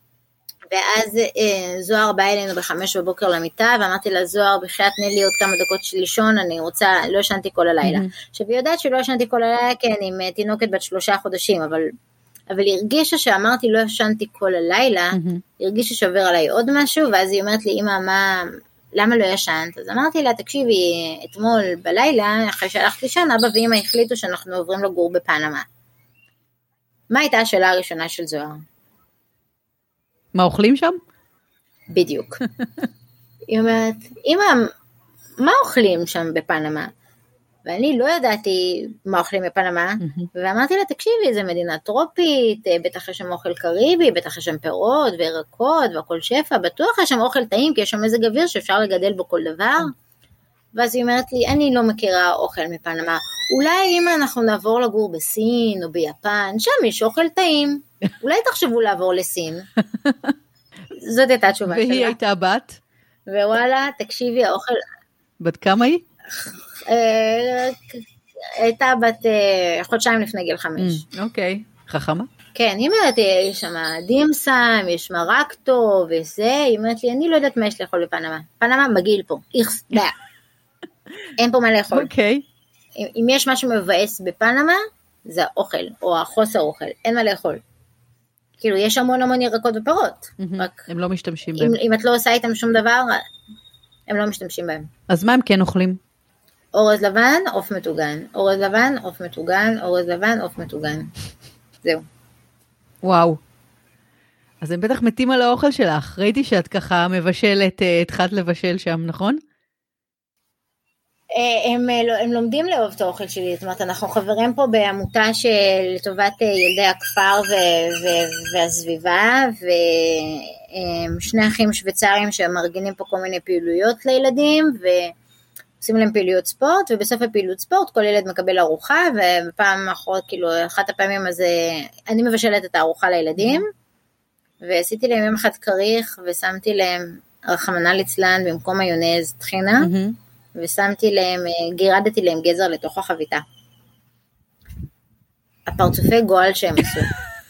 ואז אה, זוהר בא אלינו בחמש בבוקר למיטה, ואמרתי לה, זוהר, בחיית תני לי עוד כמה דקות של לישון, אני רוצה, לא ישנתי כל הלילה. עכשיו, היא יודעת שלא ישנתי כל הלילה, כן, עם תינוקת בת שלושה חודשים, אבל, אבל היא הרגישה שאמרתי, לא ישנתי כל הלילה, היא הרגישה שעובר עליי עוד משהו, ואז היא אומרת לי, אמא, מה... למה לא ישנת? אז אמרתי לה, תקשיבי, אתמול בלילה, אחרי שהלכתי לישון, אבא ואמא החליטו שאנחנו עוברים לגור בפנמה. מה הייתה השאלה הראשונה של זוהר? מה אוכלים שם? בדיוק. היא אומרת, אמא, מה אוכלים שם בפנמה? ואני לא ידעתי מה אוכלים בפנמה, ואמרתי לה, תקשיבי, זה מדינה טרופית, בטח יש שם אוכל קריבי, בטח יש שם פירות וירקות והכל שפע, בטוח יש שם אוכל טעים, כי יש שם מזג אוויר שאפשר לגדל בו כל דבר. ואז היא אומרת לי, אני לא מכירה אוכל מפנמה, אולי אם אנחנו נעבור לגור בסין או ביפן, שם יש אוכל טעים, אולי תחשבו לעבור לסין. זאת הייתה התשובה שלה. והיא הייתה בת? ווואלה, תקשיבי, האוכל... בת כמה היא? הייתה בת חודשיים לפני גיל חמש. אוקיי, חכמה? כן, היא אומרת, יש שם דימסם, יש מרק טוב וזה, היא אומרת לי, אני לא יודעת מה יש לאכול בפנמה. פנמה מגעיל פה, איכס, בעיה. אין פה מה לאכול. אוקיי. אם יש משהו מבאס בפנמה, זה האוכל, או החוסר אוכל, אין מה לאכול. כאילו, יש המון המון ירקות ופירות. הם לא משתמשים בהם. אם את לא עושה איתם שום דבר, הם לא משתמשים בהם. אז מה הם כן אוכלים? אורז לבן, עוף מטוגן. אורז לבן, עוף מטוגן. אורז לבן, עוף מטוגן. זהו. וואו. אז הם בטח מתים על האוכל שלך. ראיתי שאת ככה מבשלת, התחלת לבשל שם, נכון? הם, הם לומדים לאהוב את האוכל שלי. זאת אומרת, אנחנו חברים פה בעמותה שלטובת ילדי הכפר ו- ו- והסביבה, ושני אחים שוויצרים שמארגנים פה כל מיני פעילויות לילדים, ו... עושים להם פעילויות ספורט, ובסוף הפעילות ספורט כל ילד מקבל ארוחה, ובפעם האחרונה, כאילו, אחת הפעמים הזה, אני מבשלת את הארוחה לילדים, ועשיתי להם יום אחד קריך, ושמתי להם רחמנא ליצלן במקום מיונז טחינה, ושמתי להם, גירדתי להם גזר לתוך החביתה. הפרצופי גועל שהם עשו.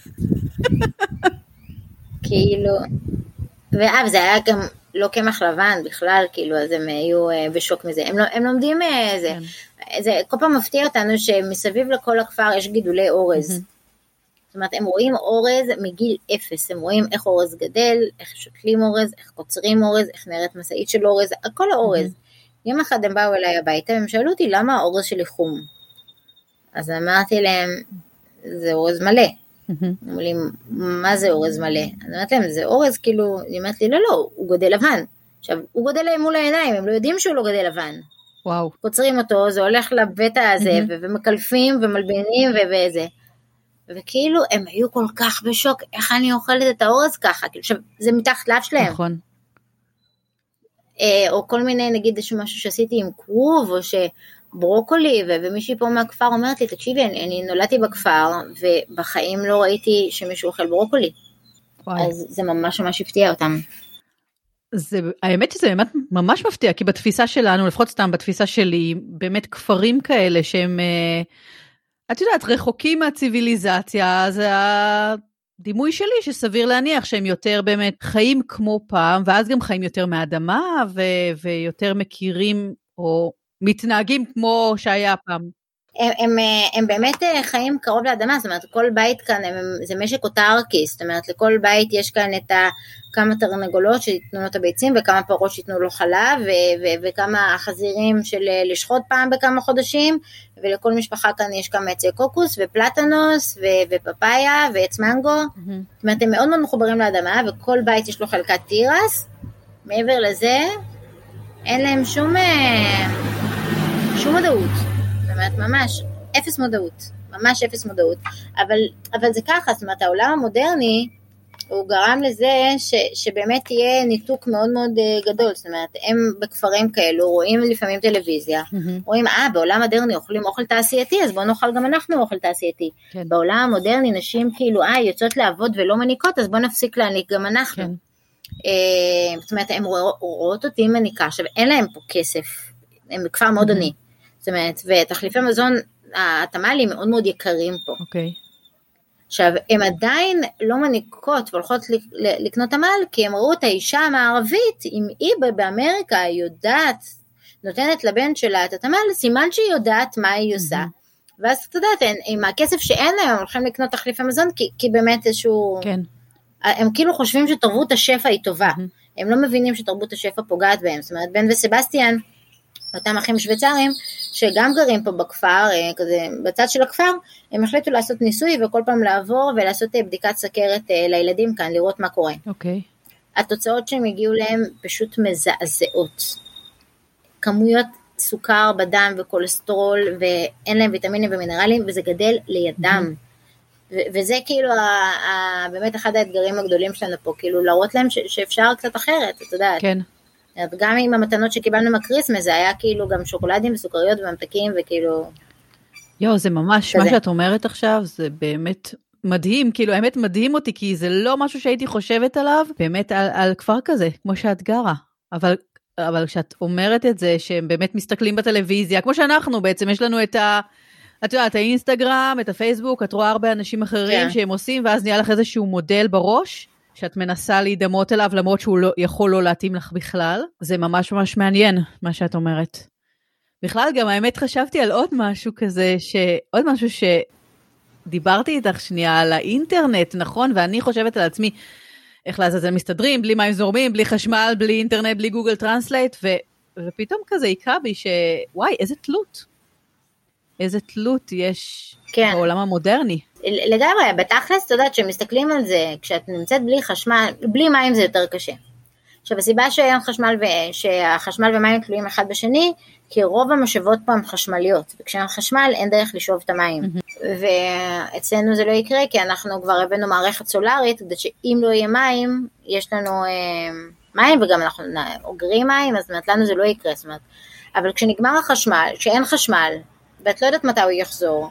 כאילו, ואף זה היה גם... לא כמח לבן בכלל, כאילו, אז הם היו בשוק מזה. הם, לא, הם לומדים זה. כן. זה כל פעם מפתיע אותנו שמסביב לכל הכפר יש גידולי אורז. Mm-hmm. זאת אומרת, הם רואים אורז מגיל אפס, הם רואים איך אורז גדל, איך שותלים אורז, איך קוצרים אורז, איך נראית מסעית של אורז, הכל האורז. Mm-hmm. יום אחד הם באו אליי הביתה, והם שאלו אותי למה האורז שלי חום. אז אמרתי להם, זה אורז מלא. אמרו לי, מה זה אורז מלא? אני אמרתי להם, זה אורז כאילו, היא אמרת לי, לא, לא, הוא גודל לבן. עכשיו, הוא גודל להם מול העיניים, הם לא יודעים שהוא לא גודל לבן. וואו. קוצרים אותו, זה הולך לבטא הזה, ומקלפים ומלבנים וזה. וכאילו, הם היו כל כך בשוק, איך אני אוכלת את האורז ככה? עכשיו, זה מתחת לאף שלהם. נכון. או כל מיני, נגיד, איזשהו משהו שעשיתי עם קרוב, או שברוקולי, ומישהי פה מהכפר אומרת לי, תקשיבי, אני, אני נולדתי בכפר, ובחיים לא ראיתי שמישהו אוכל ברוקולי. וואי. אז זה ממש ממש הפתיע אותם. זה, האמת שזה באמת ממש מפתיע, כי בתפיסה שלנו, לפחות סתם בתפיסה שלי, באמת כפרים כאלה שהם, את יודעת, רחוקים מהציביליזציה, זה הדימוי שלי שסביר להניח שהם יותר באמת חיים כמו פעם, ואז גם חיים יותר מהאדמה, ו- ויותר מכירים או מתנהגים כמו שהיה פעם. הם, הם, הם באמת חיים קרוב לאדמה, זאת אומרת, כל בית כאן, הם, זה משק אוטרקי, זאת אומרת, לכל בית יש כאן את ה, כמה תרנגולות שיתנו לו את הביצים, וכמה פרות שיתנו לו חלב, ו, ו, וכמה חזירים של לשחוט פעם בכמה חודשים, ולכל משפחה כאן יש כמה עצי קוקוס, ופלטנוס, ו, ופפאיה, ועץ מנגו, mm-hmm. זאת אומרת, הם מאוד מאוד מחוברים לאדמה, וכל בית יש לו חלקת תירס, מעבר לזה, אין להם שום, שום מודעות. זאת אומרת, ממש אפס מודעות, ממש אפס מודעות, אבל, אבל זה ככה, זאת אומרת, העולם המודרני, הוא גרם לזה ש, שבאמת תהיה ניתוק מאוד מאוד גדול, זאת אומרת, הם בכפרים כאלו, רואים לפעמים טלוויזיה, mm-hmm. רואים, אה, בעולם המודרני אוכלים אוכל תעשייתי, אז בואו נאכל גם אנחנו אוכל תעשייתי, כן. בעולם המודרני נשים כאילו, אה, יוצאות לעבוד ולא מניקות, אז בואו נפסיק להניק גם אנחנו, כן. אה, זאת אומרת, הם רואות אותי עם מניקה, עכשיו אין להם פה כסף, הם בכפר מאוד עני, mm-hmm. זאת אומרת, ותחליפי מזון, התמ"לים מאוד מאוד יקרים פה. אוקיי. עכשיו, הם עדיין לא מניקות והולכות לקנות תמ"ל, כי הם ראו את האישה המערבית, אם היא באמריקה יודעת, נותנת לבן שלה את התמ"ל, סימן שהיא יודעת מה היא עושה. ואז את יודעת, עם הכסף שאין להם, הם הולכים לקנות תחליפי מזון, כי, כי באמת איזשהו... כן. הם כאילו חושבים שתרבות השפע היא טובה. הם לא מבינים שתרבות השפע פוגעת בהם. זאת אומרת, בן וסבסטיאן, אותם אחים שוויצרים, שגם גרים פה בכפר, כזה בצד של הכפר, הם החליטו לעשות ניסוי, וכל פעם לעבור ולעשות בדיקת סכרת לילדים כאן, לראות מה קורה. אוקיי. התוצאות שהם הגיעו להם פשוט מזעזעות. כמויות סוכר בדם וכולסטרול, ואין להם ויטמינים ומינרלים, וזה גדל לידם. ו- וזה כאילו ה- ה- באמת אחד האתגרים הגדולים שלנו פה, כאילו להראות להם ש- שאפשר קצת אחרת, אתה יודעת. כן. גם עם המתנות שקיבלנו מהקריסמס, זה היה כאילו גם שוקולדים וסוכריות וממתקים וכאילו... יו, זה ממש, כזה. מה שאת אומרת עכשיו, זה באמת מדהים, כאילו האמת מדהים אותי, כי זה לא משהו שהייתי חושבת עליו, באמת על, על כפר כזה, כמו שאת גרה, אבל, אבל כשאת אומרת את זה, שהם באמת מסתכלים בטלוויזיה, כמו שאנחנו בעצם, יש לנו את ה... את יודעת, האינסטגרם, את הפייסבוק, את רואה הרבה אנשים אחרים yeah. שהם עושים, ואז נהיה לך איזשהו מודל בראש, שאת מנסה להידמות אליו, למרות שהוא לא, יכול לא להתאים לך בכלל. זה ממש ממש מעניין, מה שאת אומרת. בכלל גם האמת חשבתי על עוד משהו כזה, ש... עוד משהו שדיברתי איתך שנייה על האינטרנט, נכון? ואני חושבת על עצמי, איך לעזאזל מסתדרים, בלי מים זורמים, בלי חשמל, בלי אינטרנט, בלי גוגל טרנסלייט, ו... ופתאום כזה יקרה בי ש... וואי, איזה תלות. איזה תלות יש כן. בעולם המודרני. לגמרי, בתכלס, אתה יודעת, שמסתכלים על זה, כשאת נמצאת בלי חשמל, בלי מים זה יותר קשה. עכשיו, הסיבה שאין חשמל, שהחשמל ומים תלויים אחד בשני, כי רוב המשאבות פה הן חשמליות, וכשאין חשמל אין דרך לשאוב את המים. Mm-hmm. ואצלנו זה לא יקרה, כי אנחנו כבר הבאנו מערכת סולארית, כדי שאם לא יהיה מים, יש לנו אה, מים, וגם אנחנו אוגרים מים, אז זאת אומרת, לנו זה לא יקרה, זאת אומרת. אבל כשנגמר החשמל, כשאין חשמל, ואת לא יודעת מתי הוא יחזור,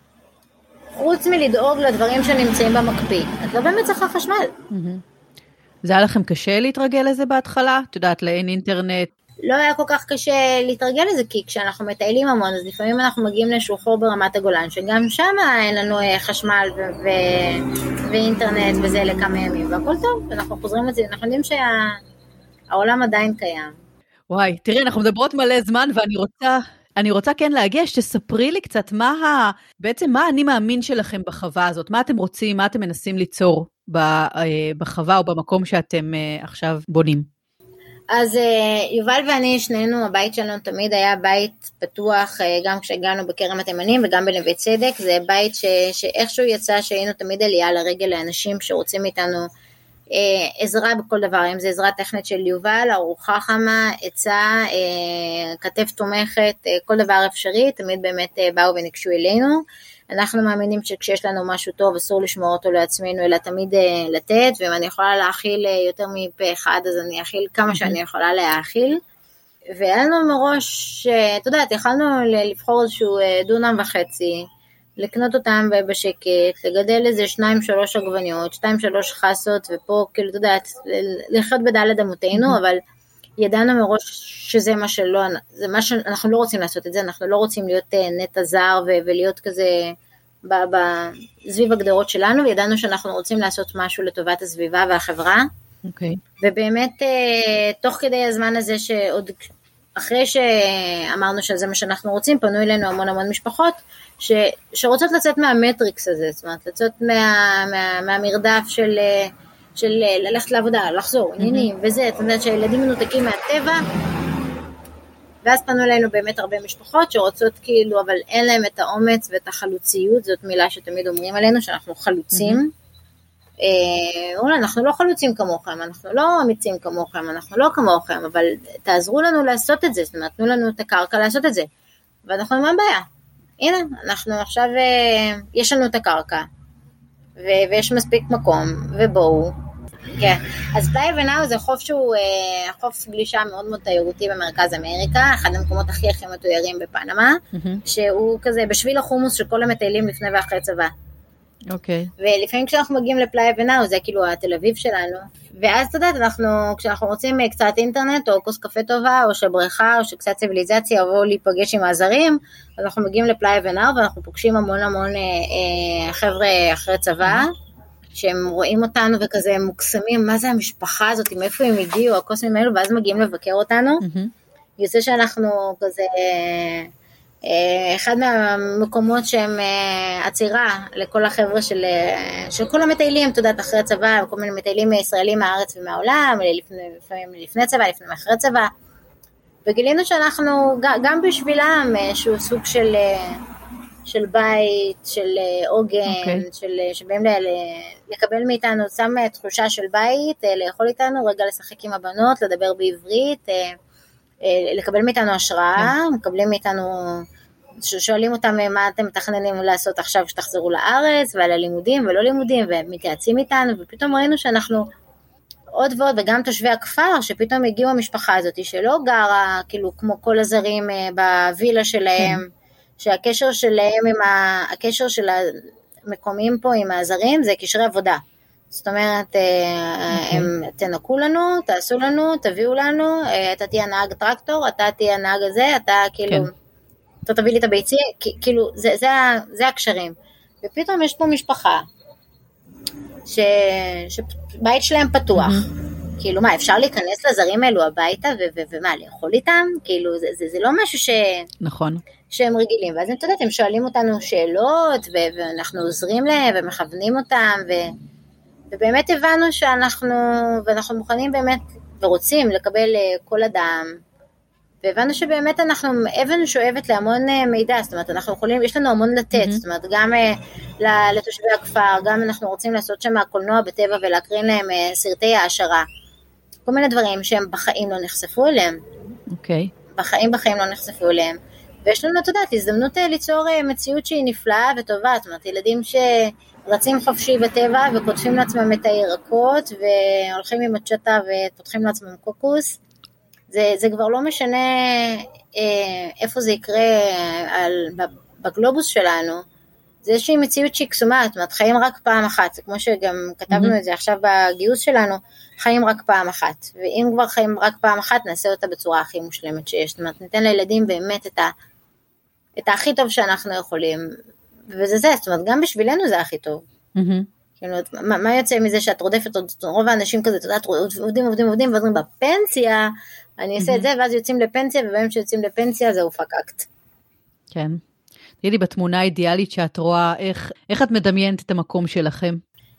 חוץ מלדאוג לדברים שנמצאים במקפיא, את לא באמת צריכה חשמל. זה היה לכם קשה להתרגל לזה בהתחלה? את יודעת, לאין אינטרנט? לא היה כל כך קשה להתרגל לזה, כי כשאנחנו מטיילים המון, אז לפעמים אנחנו מגיעים לאיזשהו חור ברמת הגולן, שגם שם אין לנו חשמל ו- ו- ואינטרנט וזה לכמה ימים, והכל טוב, אנחנו חוזרים לזה, אנחנו יודעים שהעולם עדיין קיים. וואי, תראי, אנחנו מדברות מלא זמן, ואני רוצה... אני רוצה כן להגיע, שתספרי לי קצת מה ה... בעצם מה אני מאמין שלכם בחווה הזאת, מה אתם רוצים, מה אתם מנסים ליצור בחווה או במקום שאתם עכשיו בונים. אז יובל ואני, שנינו, הבית שלנו תמיד היה בית פתוח, גם כשהגענו בכרם התימנים וגם בנווה צדק, זה בית ש, שאיכשהו יצא שהיינו תמיד עלייה לרגל לאנשים שרוצים מאיתנו אה, עזרה בכל דבר, אם זה עזרה טכנית של יובל, ארוחה חמה, עצה, אה, כתף תומכת, אה, כל דבר אפשרי, תמיד באמת אה, באו ונקשו אלינו, אנחנו מאמינים שכשיש לנו משהו טוב, אסור לשמור אותו לעצמנו, אלא תמיד uh, לתת, ואם אני יכולה להאכיל uh, יותר מפה אחד, אז אני אאכיל כמה שאני יכולה להאכיל, והיה לנו מראש, uh, אתה יודעת, יכולנו לבחור איזשהו uh, דונם וחצי, לקנות אותם בשקט, לגדל איזה שניים שלוש עגבניות, שתיים שלוש חסות, ופה כאילו, אתה יודעת, לחיות בדלת אמותינו, אבל ידענו מראש שזה מה שלא, זה מה שאנחנו לא רוצים לעשות את זה, אנחנו לא רוצים להיות נטע זר ו- ולהיות כזה ב- ב- סביב הגדרות שלנו, וידענו שאנחנו רוצים לעשות משהו לטובת הסביבה והחברה, אוקיי. ובאמת תוך כדי הזמן הזה שעוד אחרי שאמרנו שזה מה שאנחנו רוצים, פנו אלינו המון המון משפחות ש- שרוצות לצאת מהמטריקס הזה, זאת אומרת, לצאת מה- מה- מהמרדף של של ללכת לעבודה, לחזור, עניינים, וזה, את יודעת שהילדים מנותקים מהטבע, ואז פנו אלינו באמת הרבה משפחות שרוצות כאילו, אבל אין להם את האומץ ואת החלוציות, זאת מילה שתמיד אומרים עלינו, שאנחנו חלוצים, אולי, אנחנו לא חלוצים כמוכם, אנחנו לא אמיצים כמוכם, אנחנו לא כמוכם, אבל תעזרו לנו לעשות את זה, זאת אומרת, תנו לנו את הקרקע לעשות את זה, ואנחנו מה הבעיה? הנה, אנחנו עכשיו, יש לנו את הקרקע, ויש מספיק מקום, ובואו. כן. אז פלאיה ונאו זה חוף שהוא חוף גלישה מאוד מאוד תיירותי במרכז אמריקה, אחד המקומות הכי הכי מתוירים בפנמה, שהוא כזה בשביל החומוס של כל המטיילים לפני ואחרי צבא. אוקיי. ולפעמים כשאנחנו מגיעים לפלאיה ונאו, זה כאילו התל אביב שלנו, ואז אתה יודעת, אנחנו, כשאנחנו רוצים קצת אינטרנט, או כוס קפה טובה, או שבריכה, או שקצת ציביליזציה, או להיפגש עם העזרים, אז אנחנו מגיעים לפלאיה ונאו, ואנחנו פוגשים המון המון אה, חבר'ה אחרי צבא, שהם רואים אותנו וכזה מוקסמים, מה זה המשפחה הזאת, מאיפה הם הגיעו, הקוסמים האלו, ואז מגיעים לבקר אותנו, יוצא שאנחנו כזה, אחד מהמקומות שהם עצירה לכל החבר'ה של, של כל המטיילים, אתה יודעת, אחרי צבא, כל מיני מטיילים ישראלים מהארץ ומהעולם, לפעמים לפני צבא, לפעמים אחרי צבא, וגילינו שאנחנו, גם בשבילם, שהוא סוג של... של בית, של עוגן, okay. של, שבאים לקבל מאיתנו, שם תחושה של בית, לאכול איתנו, רגע לשחק עם הבנות, לדבר בעברית, לקבל מאיתנו השראה, okay. מקבלים מאיתנו, שואלים אותם מה אתם מתכננים לעשות עכשיו שתחזרו לארץ, ועל הלימודים ולא לימודים, ומתייעצים איתנו, ופתאום ראינו שאנחנו עוד ועוד, וגם תושבי הכפר, שפתאום הגיעו המשפחה הזאת, שלא גרה, כאילו, כמו כל הזרים בווילה שלהם, okay. שהקשר שלהם עם ה... הקשר של המקומיים פה עם הזרים זה קשרי עבודה. זאת אומרת, okay. הם תנקו לנו, תעשו לנו, תביאו לנו, אתה תהיה נהג טרקטור, אתה תהיה נהג הזה, אתה כאילו, okay. אתה תביא לי את הביצי, כאילו, זה, זה, זה הקשרים. ופתאום יש פה משפחה, ש... שבית שלהם פתוח. Mm-hmm. כאילו, מה, אפשר להיכנס לזרים האלו הביתה, ו- ו- ומה, לאכול איתם? כאילו, זה, זה, זה לא משהו ש... נכון. שהם רגילים, ואז אתה יודעת, הם שואלים אותנו שאלות, ו- ואנחנו עוזרים להם, ומכוונים אותם, ו- ובאמת הבנו שאנחנו, ואנחנו מוכנים באמת, ורוצים לקבל כל אדם, והבנו שבאמת אנחנו אבן שואבת להמון מידע, זאת אומרת, אנחנו יכולים, יש לנו המון לתת, mm-hmm. זאת אומרת, גם לתושבי הכפר, גם אנחנו רוצים לעשות שם הקולנוע בטבע, ולהקרין להם סרטי העשרה, כל מיני דברים שהם בחיים לא נחשפו אליהם. אוקיי. Okay. בחיים בחיים לא נחשפו אליהם. ויש לנו, אתה יודעת, הזדמנות ליצור מציאות שהיא נפלאה וטובה, זאת אומרת, ילדים שרצים חופשי בטבע וכותפים לעצמם את הירקות, והולכים עם הצ'טה ופותחים לעצמם קוקוס, זה, זה כבר לא משנה אה, איפה זה יקרה על, בגלובוס שלנו, זה איזושהי מציאות שהיא קסומה, זאת אומרת, חיים רק פעם אחת, זה כמו שגם כתבנו mm-hmm. את זה עכשיו בגיוס שלנו, חיים רק פעם אחת, ואם כבר חיים רק פעם אחת, נעשה אותה בצורה הכי מושלמת שיש, זאת אומרת, ניתן לילדים באמת את ה... את הכי טוב שאנחנו יכולים, וזה זה, זאת אומרת, גם בשבילנו זה הכי טוב. כאילו, מה, מה יוצא מזה שאת רודפת, רוב האנשים כזה, את יודעת, עובדים, עובדים, עובדים, ועוזרים בפנסיה, אני אעשה את זה, ואז יוצאים לפנסיה, ובהם שיוצאים לפנסיה, זהו פקקט. כן. תגידי, בתמונה האידיאלית שאת רואה, איך, איך את מדמיינת את המקום שלכם?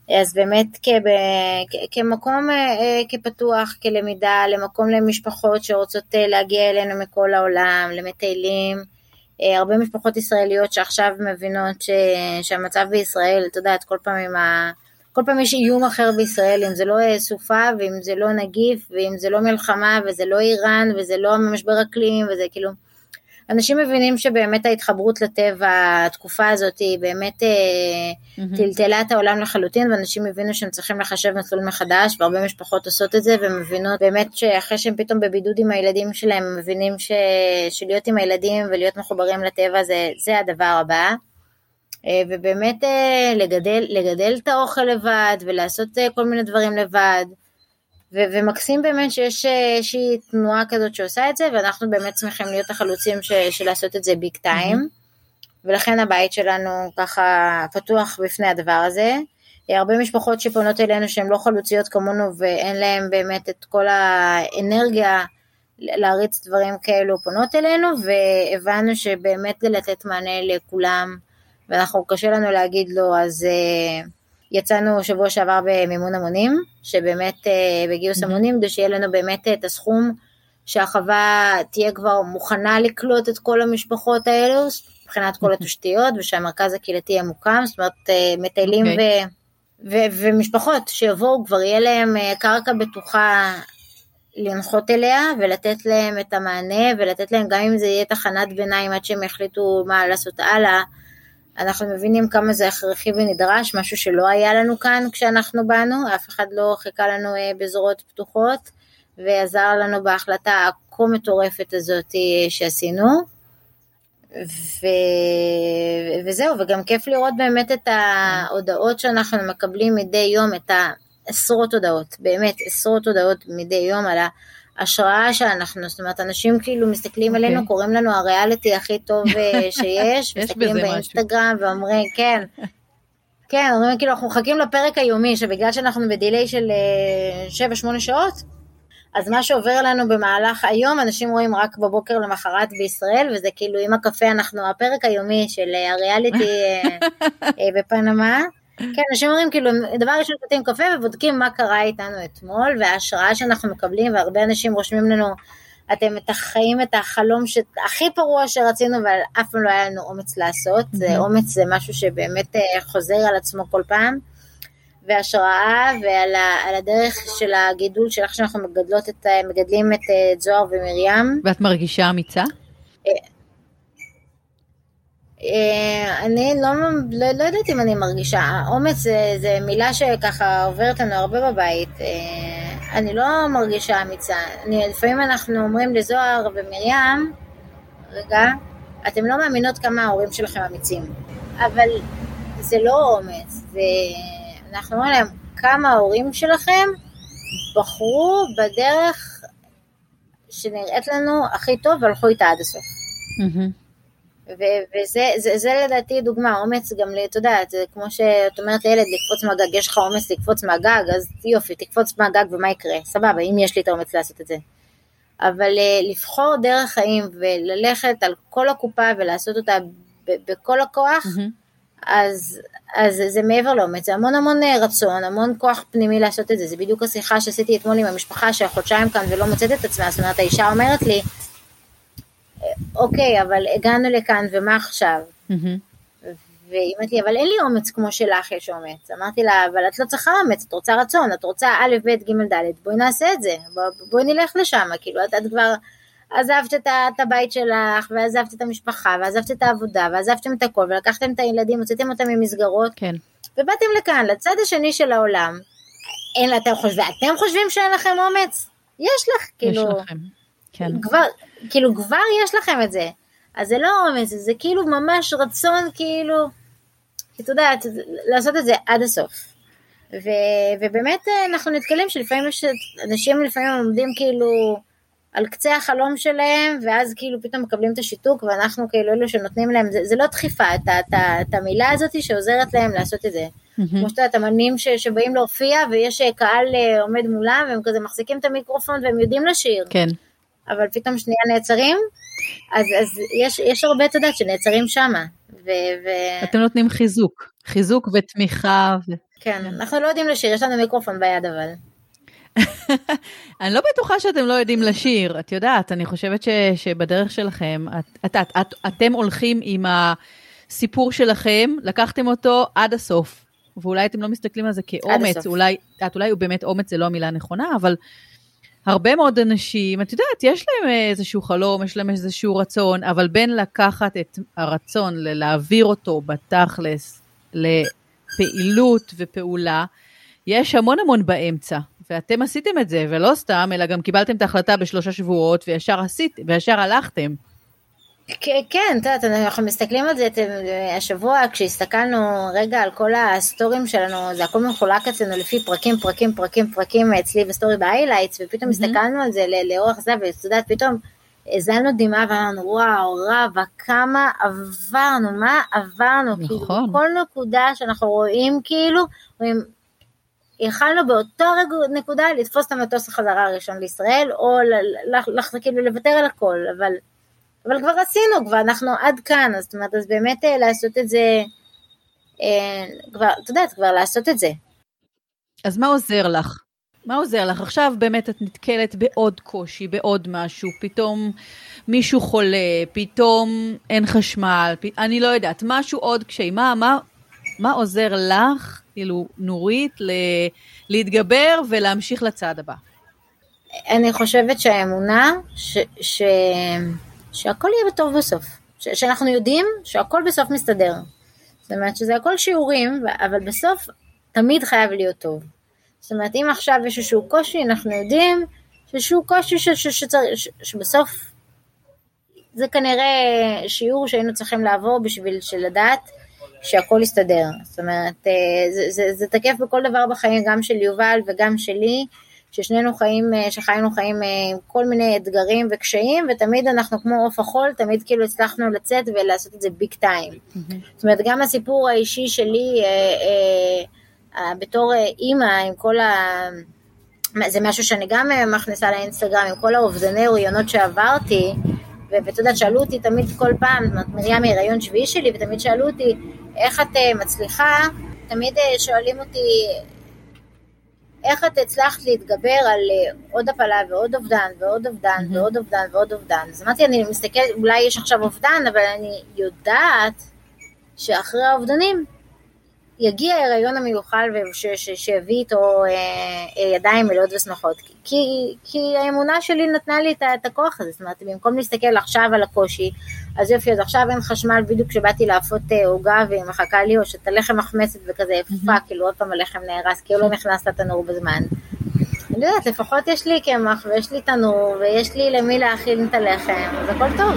אז באמת כב, כמקום כפתוח, כלמידה, למקום למשפחות שרוצות להגיע אלינו מכל העולם, למטיילים, הרבה משפחות ישראליות שעכשיו מבינות ש, שהמצב בישראל, אתה יודעת, כל פעם עם ה... כל פעם יש איום אחר בישראל, אם זה לא סופה, ואם זה לא נגיף, ואם זה לא מלחמה, וזה לא איראן, וזה לא משבר אקלים, וזה כאילו... אנשים מבינים שבאמת ההתחברות לטבע, התקופה הזאת, היא באמת mm-hmm. טלטלה את העולם לחלוטין, ואנשים הבינו שהם צריכים לחשב מסלול מחדש, והרבה משפחות עושות את זה, ומבינות באמת שאחרי שהם פתאום בבידוד עם הילדים שלהם, הם מבינים ש... שלהיות עם הילדים ולהיות מחוברים לטבע, זה, זה הדבר הבא. ובאמת לגדל, לגדל את האוכל לבד, ולעשות כל מיני דברים לבד, ו- ומקסים באמת שיש איזושהי תנועה כזאת שעושה את זה, ואנחנו באמת שמחים להיות החלוצים ש- של לעשות את זה ביג טיים, mm-hmm. ולכן הבית שלנו ככה פתוח בפני הדבר הזה. הרבה משפחות שפונות אלינו שהן לא חלוציות כמונו, ואין להן באמת את כל האנרגיה להריץ דברים כאלו פונות אלינו, והבנו שבאמת זה לתת מענה לכולם, ואנחנו קשה לנו להגיד לו, אז uh, יצאנו שבוע שעבר במימון המונים, שבאמת uh, בגיוס mm-hmm. המונים, כדי שיהיה לנו באמת את הסכום, שהחווה תהיה כבר מוכנה לקלוט את כל המשפחות האלו, מבחינת כל התשתיות, ושהמרכז הקהילתי יהיה מוקם, זאת אומרת, uh, מטיילים okay. ו- ו- ומשפחות שיבואו, כבר יהיה להם uh, קרקע בטוחה, לנחות אליה, ולתת להם את המענה, ולתת להם גם אם זה יהיה תחנת ביניים, עד שהם יחליטו מה לעשות הלאה, אנחנו מבינים כמה זה הכרחי ונדרש, משהו שלא היה לנו כאן כשאנחנו באנו, אף אחד לא חיכה לנו בזרועות פתוחות, ועזר לנו בהחלטה הכה מטורפת הזאת שעשינו, ו... וזהו, וגם כיף לראות באמת את ההודעות שאנחנו מקבלים מדי יום, את העשרות הודעות, באמת עשרות הודעות מדי יום על ה... השראה שאנחנו, זאת אומרת, אנשים כאילו מסתכלים okay. עלינו, קוראים לנו הריאליטי הכי טוב שיש, מסתכלים באינסטגרם ואומרים, כן, כן, אומרים כאילו, אנחנו מחכים לפרק היומי, שבגלל שאנחנו בדילי של שבע שמונה שעות, אז מה שעובר לנו במהלך היום, אנשים רואים רק בבוקר למחרת בישראל, וזה כאילו עם הקפה אנחנו, הפרק היומי של הריאליטי בפנמה, כן, אנשים אומרים, כאילו, דבר ראשון שותים קפה ובודקים מה קרה איתנו אתמול, וההשראה שאנחנו מקבלים, והרבה אנשים רושמים לנו, אתם מתחיים את החלום הכי פרוע שרצינו, אבל אף פעם לא היה לנו אומץ לעשות, זה אומץ זה משהו שבאמת חוזר על עצמו כל פעם, והשראה, ועל על הדרך של הגידול, של איך שאנחנו מגדלות את, מגדלים את זוהר ומרים. ואת מרגישה אמיצה? אני לא, לא, לא יודעת אם אני מרגישה, אומץ זה, זה מילה שככה עוברת לנו הרבה בבית, אני לא מרגישה אמיצה, אני, לפעמים אנחנו אומרים לזוהר ומרים, רגע, אתם לא מאמינות כמה ההורים שלכם אמיצים, אבל זה לא אומץ, זה, אנחנו אומרים להם, כמה ההורים שלכם בחרו בדרך שנראית לנו הכי טוב, והלכו איתה עד הסוף. Mm-hmm. וזה זה, זה לדעתי דוגמה, אומץ גם, אתה יודעת, זה כמו שאת אומרת לילד לקפוץ מהגג, יש לך אומץ לקפוץ מהגג, אז יופי, תקפוץ מהגג ומה יקרה, סבבה, אם יש לי את האומץ לעשות את זה. אבל לבחור דרך חיים וללכת על כל הקופה ולעשות אותה בכל הכוח, mm-hmm. אז, אז זה מעבר לאומץ, זה המון המון רצון, המון כוח פנימי לעשות את זה, זה בדיוק השיחה שעשיתי אתמול עם המשפחה שהחודשיים כאן ולא מוצאת את עצמה, זאת אומרת, האישה אומרת לי, אוקיי, אבל הגענו לכאן, ומה עכשיו? והיא אמרת לי, אבל אין לי אומץ כמו שלך יש אומץ. אמרתי לה, אבל את לא צריכה אומץ, את רוצה רצון, את רוצה א', ב', ג', ד', בואי נעשה את זה, בואי נלך לשם, כאילו, את כבר עזבת את הבית שלך, ועזבת את המשפחה, ועזבת את העבודה, ועזבתם את הכל, ולקחתם את הילדים, הוצאתם אותם ממסגרות, ובאתם לכאן, לצד השני של העולם, אין, אתם חושבים, אתם חושבים שאין לכם אומץ? יש לך, כאילו, יש לכם. כן. כבר, כאילו כבר יש לכם את זה, אז זה לא אומץ, זה כאילו ממש רצון כאילו, אתה יודעת, לעשות את זה עד הסוף, ו, ובאמת אנחנו נתקלים שלפעמים יש אנשים לפעמים עומדים כאילו על קצה החלום שלהם, ואז כאילו פתאום מקבלים את השיתוק, ואנחנו כאילו אלו שנותנים להם, זה, זה לא דחיפה, את, את, את, את המילה הזאת שעוזרת להם לעשות את זה, mm-hmm. כמו שאתה, את אמנים ש, שבאים להופיע, ויש קהל עומד מולם, והם כזה מחזיקים את המיקרופון, והם יודעים לשיר, כן. אבל פתאום שנייה נעצרים, אז, אז יש, יש הרבה תודעת שנעצרים שמה. ו, ו... אתם נותנים חיזוק, חיזוק ותמיכה. ו... כן, אנחנו לא יודעים לשיר, יש לנו מיקרופון ביד אבל. אני לא בטוחה שאתם לא יודעים לשיר, את יודעת, אני חושבת ש, שבדרך שלכם, את, את, את, אתם הולכים עם הסיפור שלכם, לקחתם אותו עד הסוף, ואולי אתם לא מסתכלים על זה כאומץ, אולי, את, אולי הוא באמת אומץ, זה לא המילה הנכונה, אבל הרבה מאוד אנשים, את יודעת, יש להם איזשהו חלום, יש להם איזשהו רצון, אבל בין לקחת את הרצון, להעביר אותו בתכלס, לפעילות ופעולה, יש המון המון באמצע, ואתם עשיתם את זה, ולא סתם, אלא גם קיבלתם את ההחלטה בשלושה שבועות, וישר עשיתם, וישר הלכתם. כן, אנחנו מסתכלים על זה, השבוע כשהסתכלנו רגע על כל הסטורים שלנו, זה הכל מחולק אצלנו לפי פרקים, פרקים, פרקים, פרקים אצלי בסטורי בהיילייטס, ופתאום הסתכלנו על זה לאורך זה, וסודעת פתאום הזלנו דמעה, ואמרנו, וואו, רבה, כמה עברנו, מה עברנו, כאילו כל נקודה שאנחנו רואים, כאילו, רואים, יכלנו באותו נקודה לתפוס את המטוס החזרה הראשון לישראל, או כאילו לוותר על הכל, אבל אבל כבר עשינו, כבר אנחנו עד כאן, אז זאת אומרת, אז באמת לעשות את זה, כבר, אתה יודעת, כבר לעשות את זה. אז מה עוזר לך? מה עוזר לך? עכשיו באמת את נתקלת בעוד קושי, בעוד משהו, פתאום מישהו חולה, פתאום אין חשמל, פ... אני לא יודעת, משהו עוד קשי, מה, מה, מה עוזר לך, כאילו, נורית, ל... להתגבר ולהמשיך לצעד הבא? אני חושבת שהאמונה, ש... ש... שהכל יהיה בטוב בסוף, ש- שאנחנו יודעים שהכל בסוף מסתדר, זאת אומרת שזה הכל שיעורים, אבל בסוף תמיד חייב להיות טוב, זאת אומרת אם עכשיו יש איזשהו קושי, אנחנו יודעים שאיזשהו קושי ש- ש- ש- ש- שבסוף זה כנראה שיעור שהיינו צריכים לעבור בשביל לדעת שהכל יסתדר, זאת אומרת זה, זה, זה תקף בכל דבר בחיים, גם של יובל וגם שלי, ששנינו חיים, שחיינו חיים עם כל מיני אתגרים וקשיים, ותמיד אנחנו כמו אוף החול, תמיד כאילו הצלחנו לצאת ולעשות את זה ביג טיים. Mm-hmm. זאת אומרת, גם הסיפור האישי שלי, אה, אה, אה, בתור אימא, עם כל ה... זה משהו שאני גם מכניסה לאינסטגרם, עם כל האובדני הריונות שעברתי, ואתה יודעת, שאלו אותי תמיד כל פעם, מרים מהיריון שביעי שלי, ותמיד שאלו אותי, איך את מצליחה? תמיד שואלים אותי, איך את הצלחת להתגבר על עוד הפלה ועוד אובדן ועוד אובדן mm-hmm. ועוד אובדן ועוד אובדן. אז אמרתי, אני מסתכלת, אולי יש עכשיו אובדן, אבל אני יודעת שאחרי האובדנים יגיע ההיריון המיוחל שיביא איתו אה, אה, ידיים מלאות ושמחות. כי, כי האמונה שלי נתנה לי את, את הכוח הזה. זאת אומרת, במקום להסתכל עכשיו על הקושי, אז יופי, אז עכשיו אין חשמל, בדיוק כשבאתי להפות עוגה והיא מחכה לי, או שאת הלחם מחמצת וכזה יפה, כאילו עוד פעם הלחם נהרס, כי הוא לא נכנס לתנור בזמן. אני יודעת, לפחות יש לי קמח, ויש לי תנור, ויש לי למי להאכיל את הלחם, אז הכל טוב.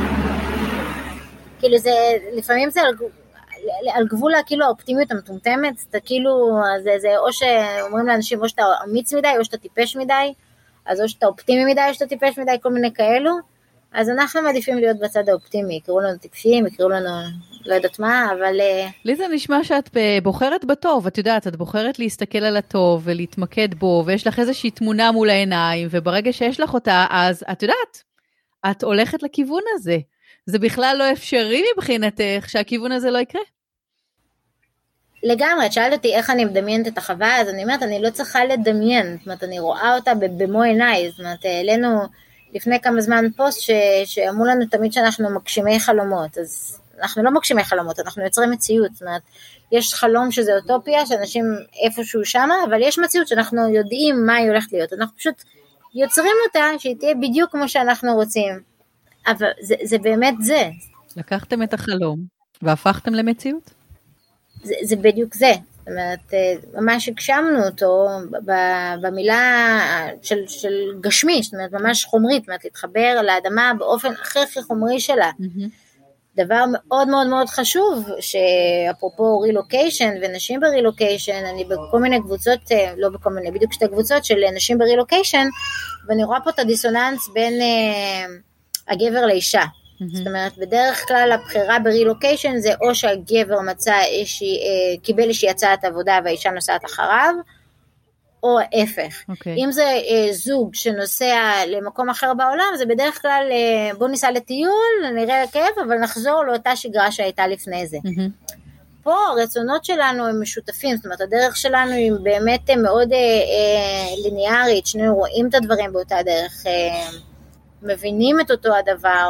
כאילו זה, לפעמים זה על, על גבול, כאילו האופטימיות המטומטמת, זה כאילו, זה, זה או שאומרים לאנשים, או שאתה אמיץ מדי, או שאתה טיפש מדי, אז או שאתה אופטימי מדי, או שאתה טיפש מדי, כל מיני כאלו, אז אנחנו מעדיפים להיות בצד האופטימי, יקראו לנו טיפשים, יקראו לנו לא יודעת מה, אבל... לי זה נשמע שאת בוחרת בטוב, את יודעת, את בוחרת להסתכל על הטוב ולהתמקד בו, ויש לך איזושהי תמונה מול העיניים, וברגע שיש לך אותה, אז את יודעת, את הולכת לכיוון הזה. זה בכלל לא אפשרי מבחינתך שהכיוון הזה לא יקרה. לגמרי, את שאלת אותי איך אני מדמיינת את החוויה, אז אני אומרת, אני לא צריכה לדמיין, זאת אומרת, אני רואה אותה במו עיניי, זאת אומרת, אלינו לפני כמה זמן פוסט ש, שאמרו לנו תמיד שאנחנו מגשימי חלומות, אז אנחנו לא מגשימי חלומות, אנחנו יוצרים מציאות, זאת אומרת, יש חלום שזה אוטופיה, שאנשים איפשהו שמה, אבל יש מציאות שאנחנו יודעים מה היא הולכת להיות, אנחנו פשוט יוצרים אותה, שהיא תהיה בדיוק כמו שאנחנו רוצים, אבל זה, זה באמת זה. לקחתם את החלום, והפכתם למציאות? זה, זה בדיוק זה, זאת אומרת, ממש הגשמנו אותו במילה של, של גשמי, זאת אומרת, ממש חומרית, זאת אומרת, להתחבר לאדמה באופן הכי הכי חומרי שלה. Mm-hmm. דבר מאוד מאוד מאוד חשוב, שאפרופו רילוקיישן ונשים ברילוקיישן, אני בכל מיני קבוצות, לא בכל מיני, בדיוק שתי קבוצות של נשים ברילוקיישן, ואני רואה פה את הדיסוננס בין uh, הגבר לאישה. Mm-hmm. זאת אומרת, בדרך כלל הבחירה ברילוקיישן זה או שהגבר מצא אישי, אה, קיבל אישי הצעת עבודה והאישה נוסעת אחריו, או ההפך. Okay. אם זה אה, זוג שנוסע למקום אחר בעולם, זה בדרך כלל, אה, בוא ניסע לטיול, נראה כיף, אבל נחזור לאותה שגרה שהייתה לפני זה. Mm-hmm. פה הרצונות שלנו הם משותפים, זאת אומרת, הדרך שלנו היא באמת מאוד אה, אה, ליניארית, שנינו רואים את הדברים באותה דרך, אה, מבינים את אותו הדבר,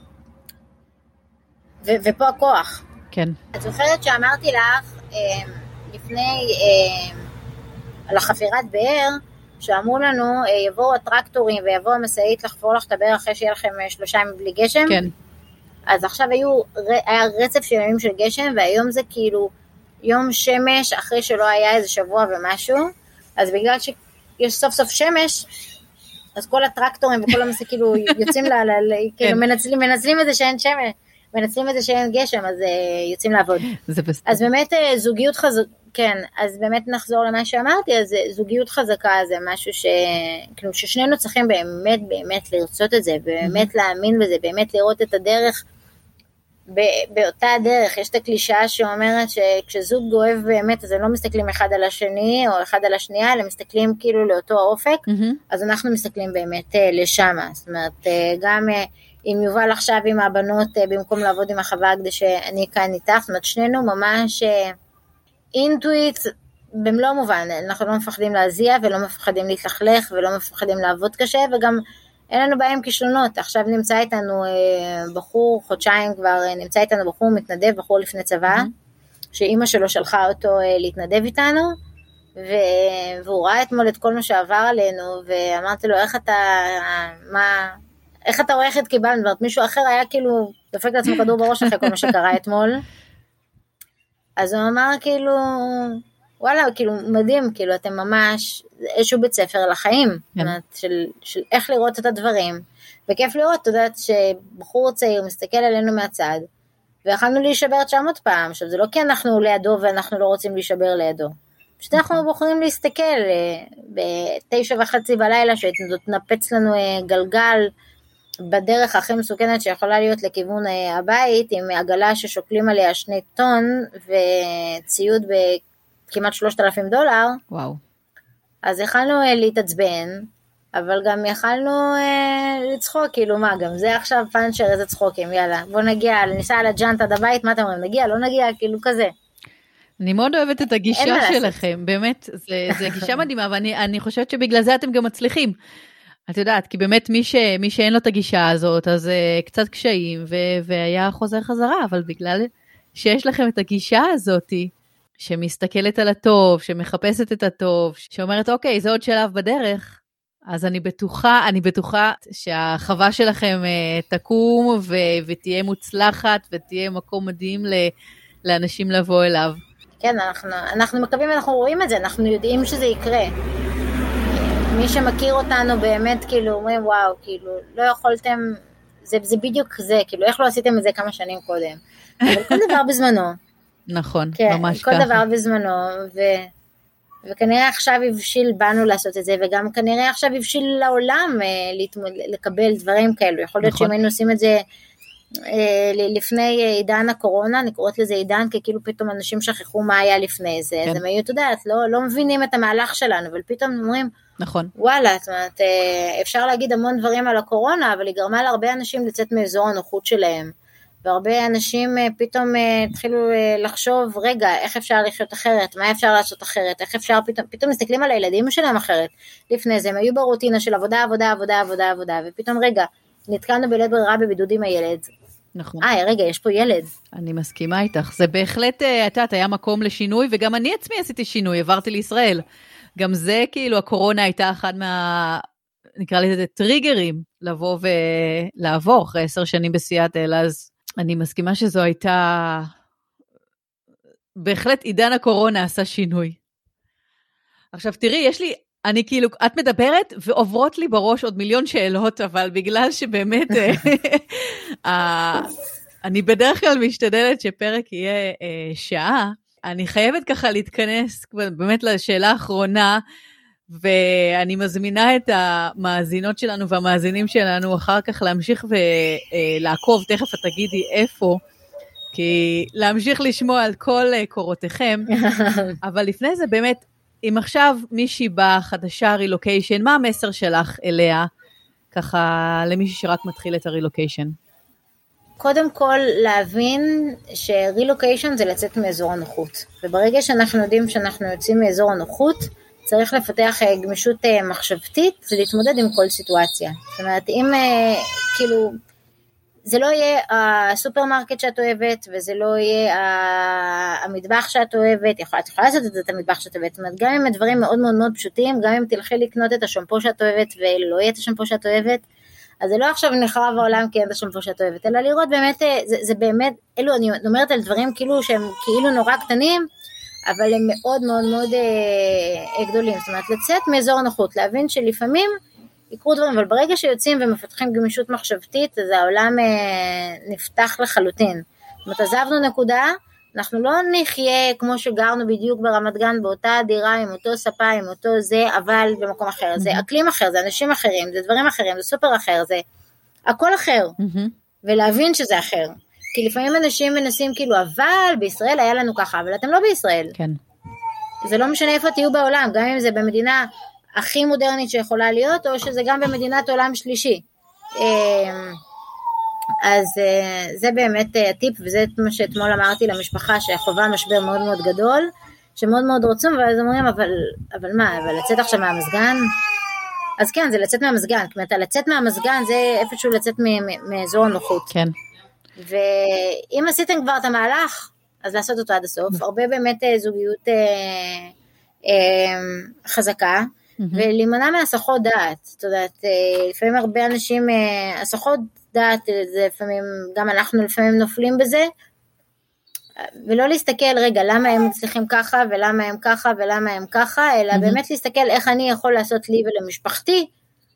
ו- ופה הכוח. כן. את זוכרת שאמרתי לך, אה, לפני, אה, על החפירת באר, שאמרו לנו, אה, יבואו הטרקטורים ויבואו המשאית לחפור לך את הבאר אחרי שיהיה לכם שלושה ימים בלי גשם? כן. אז עכשיו היו, היה רצף של ימים של גשם, והיום זה כאילו יום שמש אחרי שלא היה איזה שבוע ומשהו, אז בגלל שיש סוף סוף שמש, אז כל הטרקטורים וכל המסע כאילו יוצאים, ל, ל, ל, כאילו מנצלים, מנצלים את זה שאין שמש, מנצלים את זה שאין גשם, אז uh, יוצאים לעבוד. זה בסדר. אז באמת uh, זוגיות חזקה, כן, אז באמת נחזור למה שאמרתי, אז זוגיות חזקה זה משהו ש... כאילו ששנינו צריכים באמת באמת לרצות את זה, באמת להאמין בזה, באמת לראות את הדרך, באותה הדרך. יש את הקלישאה שאומרת שכשזוג אוהב באמת, אז הם לא מסתכלים אחד על השני או אחד על השנייה, אלא מסתכלים כאילו לאותו האופק, אז אנחנו מסתכלים באמת לשם. זאת אומרת, גם אם יובל עכשיו עם הבנות, במקום לעבוד עם החווה, כדי שאני כאן איתך, זאת אומרת, שנינו ממש אינטואיט, במלוא מובן, אנחנו לא מפחדים להזיע, ולא מפחדים להתלכלך, ולא מפחדים לעבוד קשה, וגם אין לנו בהם כישלונות. עכשיו נמצא איתנו בחור, חודשיים כבר נמצא איתנו בחור מתנדב, בחור לפני צבא, שאימא שלו שלחה אותו להתנדב איתנו, והוא ראה אתמול את כל מה שעבר עלינו, ואמרתי לו, איך אתה, מה, איך אתה רואה איך את קיבלנו? זאת אומרת, מישהו אחר היה כאילו, דופק לעצמו כדור בראש אחרי כל מה שקרה אתמול. אז הוא אמר כאילו, וואלה, כאילו מדהים, כאילו אתם ממש איזשהו בית ספר לחיים, זאת אומרת, של, של איך לראות את הדברים, וכיף לראות, אתה יודעת שבחור צעיר מסתכל עלינו מהצד, ויכלנו להישבר תשע מאות פעם, עכשיו זה לא כי אנחנו לידו ואנחנו לא רוצים להישבר לידו, פשוט אנחנו בוחרים להסתכל, בתשע וחצי בלילה, שתנפץ לנו גלגל, בדרך הכי מסוכנת שיכולה להיות לכיוון הבית, עם עגלה ששוקלים עליה שני טון, וציוד בכמעט שלושת אלפים דולר. וואו. אז יכלנו להתעצבן, אבל גם יכלנו לצחוק, כאילו מה, גם זה עכשיו פאנצ'ר, איזה צחוקים, יאללה, בוא נגיע, ניסע על הג'אנט עד הבית, מה אתם אומרים, נגיע, לא נגיע, כאילו כזה. אני מאוד אוהבת את הגישה שלכם, באמת, זה, זה גישה מדהימה, ואני אני חושבת שבגלל זה אתם גם מצליחים. את יודעת, כי באמת מי, ש, מי שאין לו את הגישה הזאת, אז uh, קצת קשיים, ו, והיה חוזר חזרה, אבל בגלל שיש לכם את הגישה הזאת, שמסתכלת על הטוב, שמחפשת את הטוב, שאומרת, אוקיי, זה עוד שלב בדרך, אז אני בטוחה, אני בטוחה שהחווה שלכם uh, תקום, ו, ותהיה מוצלחת, ותהיה מקום מדהים ל, לאנשים לבוא אליו. כן, אנחנו, אנחנו מקווים, אנחנו רואים את זה, אנחנו יודעים שזה יקרה. מי שמכיר אותנו באמת, כאילו, אומרים, וואו, כאילו, לא יכולתם, זה, זה בדיוק זה, כאילו, איך לא עשיתם את זה כמה שנים קודם? אבל כל דבר בזמנו. נכון, כן, ממש כל ככה. דבר בזמנו, ו, וכנראה עכשיו הבשיל בנו לעשות את זה, וגם כנראה עכשיו הבשיל לעולם להתמוד, לקבל דברים כאלו. יכול להיות נכון. שאם היינו עושים את זה לפני עידן הקורונה, אני קוראת לזה עידן, כי כאילו פתאום אנשים שכחו מה היה לפני זה, כן. אז הם היו, אתה יודעת, לא, לא מבינים את המהלך שלנו, אבל פתאום אומרים, נכון. וואלה, זאת אומרת, אפשר להגיד המון דברים על הקורונה, אבל היא גרמה להרבה אנשים לצאת מאזור הנוחות שלהם, והרבה אנשים פתאום התחילו לחשוב, רגע, איך אפשר לחיות אחרת, מה אפשר לעשות אחרת, איך אפשר, פתאום, פתאום מסתכלים על הילדים שלהם אחרת, לפני זה הם היו ברוטינה של עבודה, עבודה, עבודה, עבודה, עבודה, ופתאום רגע, נתקלנו בלית ברירה בבידוד עם הילד. נכון. אה, רגע, יש פה ילד. אני מסכימה איתך, זה בהחלט, את יודעת, היה מקום לשינוי, וגם אני עצמי עשיתי שינוי, עברתי לישראל. גם זה, כאילו, הקורונה הייתה אחד מה, נקרא לזה, טריגרים, לבוא ולעבור, אחרי עשר שנים בסיאטל, אז אני מסכימה שזו הייתה, בהחלט עידן הקורונה עשה שינוי. עכשיו, תראי, יש לי, אני כאילו, את מדברת ועוברות לי בראש עוד מיליון שאלות, אבל בגלל שבאמת, אני בדרך כלל משתדלת שפרק יהיה שעה, אני חייבת ככה להתכנס באמת לשאלה האחרונה, ואני מזמינה את המאזינות שלנו והמאזינים שלנו אחר כך להמשיך ולעקוב, תכף את תגידי איפה, כי להמשיך לשמוע על כל קורותיכם, אבל לפני זה באמת, אם עכשיו מישהי באה חדשה רילוקיישן, מה המסר שלך אליה, ככה למישהי שרק מתחיל את הרילוקיישן? קודם כל להבין שרילוקיישן זה לצאת מאזור הנוחות, וברגע שאנחנו יודעים שאנחנו יוצאים מאזור הנוחות, צריך לפתח גמישות מחשבתית ולהתמודד עם כל סיטואציה. זאת אומרת, אם כאילו, זה לא יהיה הסופרמרקט שאת אוהבת, וזה לא יהיה המטבח שאת אוהבת, את יכולה לעשות את זה, את המטבח שאת אוהבת, זאת אומרת, גם אם הדברים מאוד מאוד מאוד פשוטים, גם אם תלכי לקנות את השמפו שאת אוהבת, ולא יהיה את השמפו שאת אוהבת, אז זה לא עכשיו נחרב העולם כי אין את השמפו שאת אוהבת, אלא לראות באמת, זה, זה באמת, אלו, אני אומרת על דברים כאילו שהם כאילו נורא קטנים, אבל הם מאוד מאוד מאוד אה, גדולים, זאת אומרת, לצאת מאזור נוחות, להבין שלפעמים יקרו דברים, אבל ברגע שיוצאים ומפתחים גמישות מחשבתית, אז העולם אה, נפתח לחלוטין. זאת אומרת, עזבנו נקודה, אנחנו לא נחיה כמו שגרנו בדיוק ברמת גן, באותה דירה, עם אותו ספה, עם אותו זה, אבל במקום אחר. Mm-hmm. זה אקלים אחר, זה אנשים אחרים, זה דברים אחרים, זה סופר אחר, זה הכל אחר. Mm-hmm. ולהבין שזה אחר. כי לפעמים אנשים מנסים כאילו, אבל בישראל היה לנו ככה, אבל אתם לא בישראל. כן. זה לא משנה איפה תהיו בעולם, גם אם זה במדינה הכי מודרנית שיכולה להיות, או שזה גם במדינת עולם שלישי. אז זה באמת הטיפ, וזה מה שאתמול אמרתי למשפחה, שחובה משבר מאוד מאוד גדול, שמאוד מאוד רוצים, ואז אומרים, אבל, אבל מה, אבל לצאת עכשיו מהמסגן? אז כן, זה לצאת מהמסגן, כלומר, לצאת מהמסגן זה איפשהו לצאת מאזור הנוחות. כן. ואם עשיתם כבר את המהלך, אז לעשות אותו עד הסוף, הרבה באמת זוגיות אה, אה, חזקה, ולהימנע מהסחות דעת, אתה יודעת, לפעמים הרבה אנשים, הסחות דעת, זה לפעמים, גם אנחנו לפעמים נופלים בזה, ולא להסתכל, רגע, למה הם מצליחים ככה, ולמה הם ככה, ולמה הם ככה, אלא באמת להסתכל איך אני יכול לעשות לי ולמשפחתי,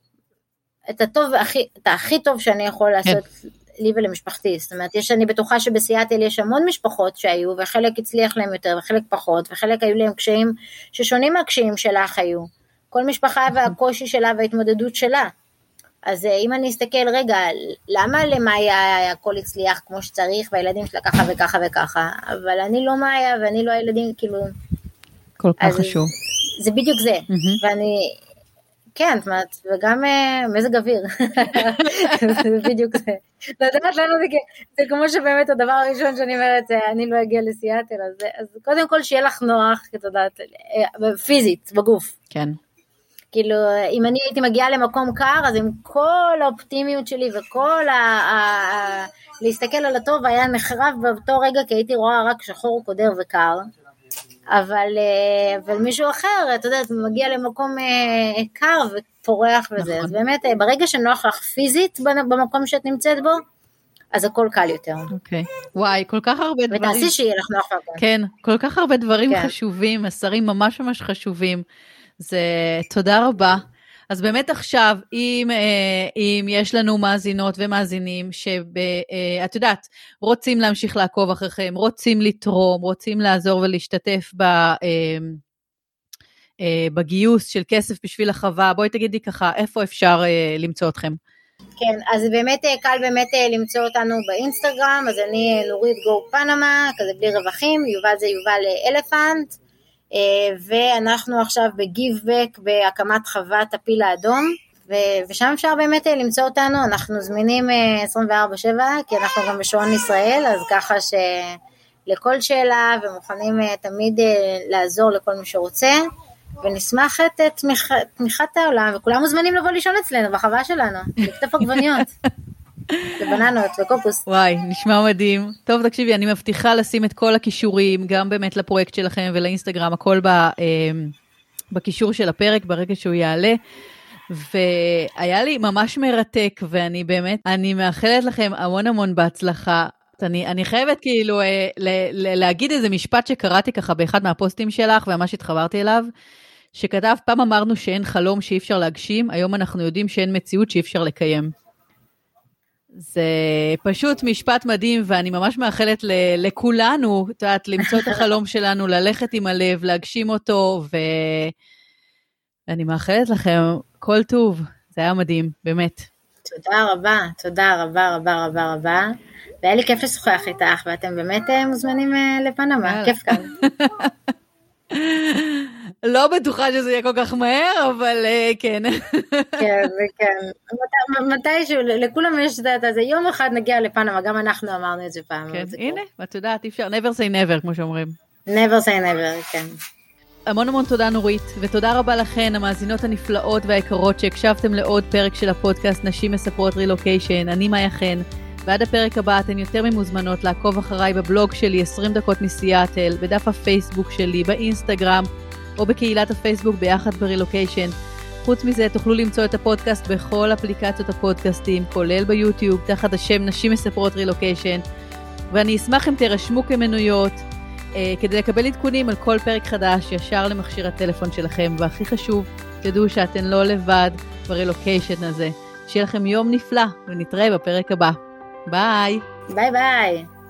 את הטוב, את הכי טוב שאני יכול לעשות לי ולמשפחתי, זאת אומרת, יש, אני בטוחה שבסיאטל יש המון משפחות שהיו, וחלק הצליח להם יותר, וחלק פחות, וחלק היו להם קשיים ששונים מהקשיים שלך היו, כל משפחה והקושי שלה וההתמודדות שלה. אז אם אני אסתכל, רגע, למה למאיה הכל הצליח כמו שצריך, והילדים שלה ככה וככה וככה, אבל אני לא מאיה, ואני לא הילדים, כאילו... כל כך חשוב. זה בדיוק זה. ואני... כן, זאת אומרת, וגם מזג אוויר. זה בדיוק זה. לדעת לנו זה, זה כמו שבאמת הדבר הראשון שאני אומרת, אני לא אגיע לסיאטל, אז, אז קודם כל שיהיה לך נוח, את יודעת, פיזית, בגוף. כן. כאילו, אם אני הייתי מגיעה למקום קר, אז עם כל האופטימיות שלי, וכל ה... ה... להסתכל על הטוב, היה נחרב באותו רגע, כי הייתי רואה רק שחור, קודר וקר. אבל, אבל מישהו אחר, אתה יודעת, מגיע למקום קר ופורח וזה, נכון. אז באמת, ברגע שנוח לך פיזית במקום שאת נמצאת בו, אז הכל קל יותר. אוקיי. וואי, כל כך הרבה דברים. ותעשי שיהיה לך נוח לך. כן, כל כך הרבה דברים כן. חשובים, מסרים ממש ממש חשובים. זה, תודה רבה. אז באמת עכשיו, אם, אם יש לנו מאזינות ומאזינים, שאת יודעת, רוצים להמשיך לעקוב אחריכם, רוצים לתרום, רוצים לעזור ולהשתתף ב, בגיוס של כסף בשביל החווה, בואי תגידי ככה, איפה אפשר למצוא אתכם? כן, אז באמת קל באמת למצוא אותנו באינסטגרם, אז אני נורית גו פנמה, כזה בלי רווחים, יובל זה יובל אלפנט, ואנחנו עכשיו בגיבבק בהקמת חוות הפיל האדום, ושם אפשר באמת למצוא אותנו, אנחנו זמינים עשרים וארבע שבע, כי אנחנו גם בשעון ישראל, אז ככה שלכל שאלה, ומוכנים תמיד לעזור לכל מי שרוצה, ונשמח את תמיכ, תמיכת העולם, וכולם מוזמנים לבוא לישון אצלנו בחווה שלנו, לכתוב עגבניות. לבננות וקוקוס. וואי, נשמע מדהים. טוב, תקשיבי, אני מבטיחה לשים את כל הכישורים, גם באמת לפרויקט שלכם ולאינסטגרם, הכל ב, אה, בקישור של הפרק, ברגע שהוא יעלה. והיה לי ממש מרתק, ואני באמת, אני מאחלת לכם המון המון בהצלחה. אני, אני חייבת כאילו אה, ל, ל, להגיד איזה משפט שקראתי ככה באחד מהפוסטים שלך, וממש התחברתי אליו, שכתב, פעם אמרנו שאין חלום שאי אפשר להגשים, היום אנחנו יודעים שאין מציאות שאי אפשר לקיים. זה פשוט משפט מדהים, ואני ממש מאחלת ל- לכולנו, את יודעת, למצוא את החלום שלנו, ללכת עם הלב, להגשים אותו, ואני מאחלת לכם כל טוב, זה היה מדהים, באמת. תודה רבה, תודה רבה רבה רבה רבה, והיה לי כיף לשוחח איתך, ואתם באמת מוזמנים לפנמה, כיף כאן. לא בטוחה שזה יהיה כל כך מהר, אבל כן. כן, כן. מתישהו, לכולם יש את זה, יום אחד נגיע לפנמה, גם אנחנו אמרנו את זה פעם. כן, הנה, את יודעת, אי אפשר, never say never, כמו שאומרים. never say never, כן. המון המון תודה נורית, ותודה רבה לכן, המאזינות הנפלאות והיקרות שהקשבתם לעוד פרק של הפודקאסט נשים מספרות רילוקיישן. אני מאיה חן, ועד הפרק הבא אתן יותר ממוזמנות לעקוב אחריי בבלוג שלי עשרים דקות מסיאטל, בדף הפייסבוק שלי, באינסטגרם, או בקהילת הפייסבוק ביחד ברילוקיישן. חוץ מזה תוכלו למצוא את הפודקאסט בכל אפליקציות הפודקאסטים, כולל ביוטיוב, תחת השם נשים מספרות רילוקיישן, ואני אשמח אם תרשמו כמנויות, כדי לקבל עדכונים על כל פרק חדש ישר למכשיר הטלפון שלכם, והכי חשוב, תדעו שאתן לא לבד ברילוקיישן הזה. שיהיה לכם יום נפלא, ונתראה בפרק הבא. ביי. ביי ביי.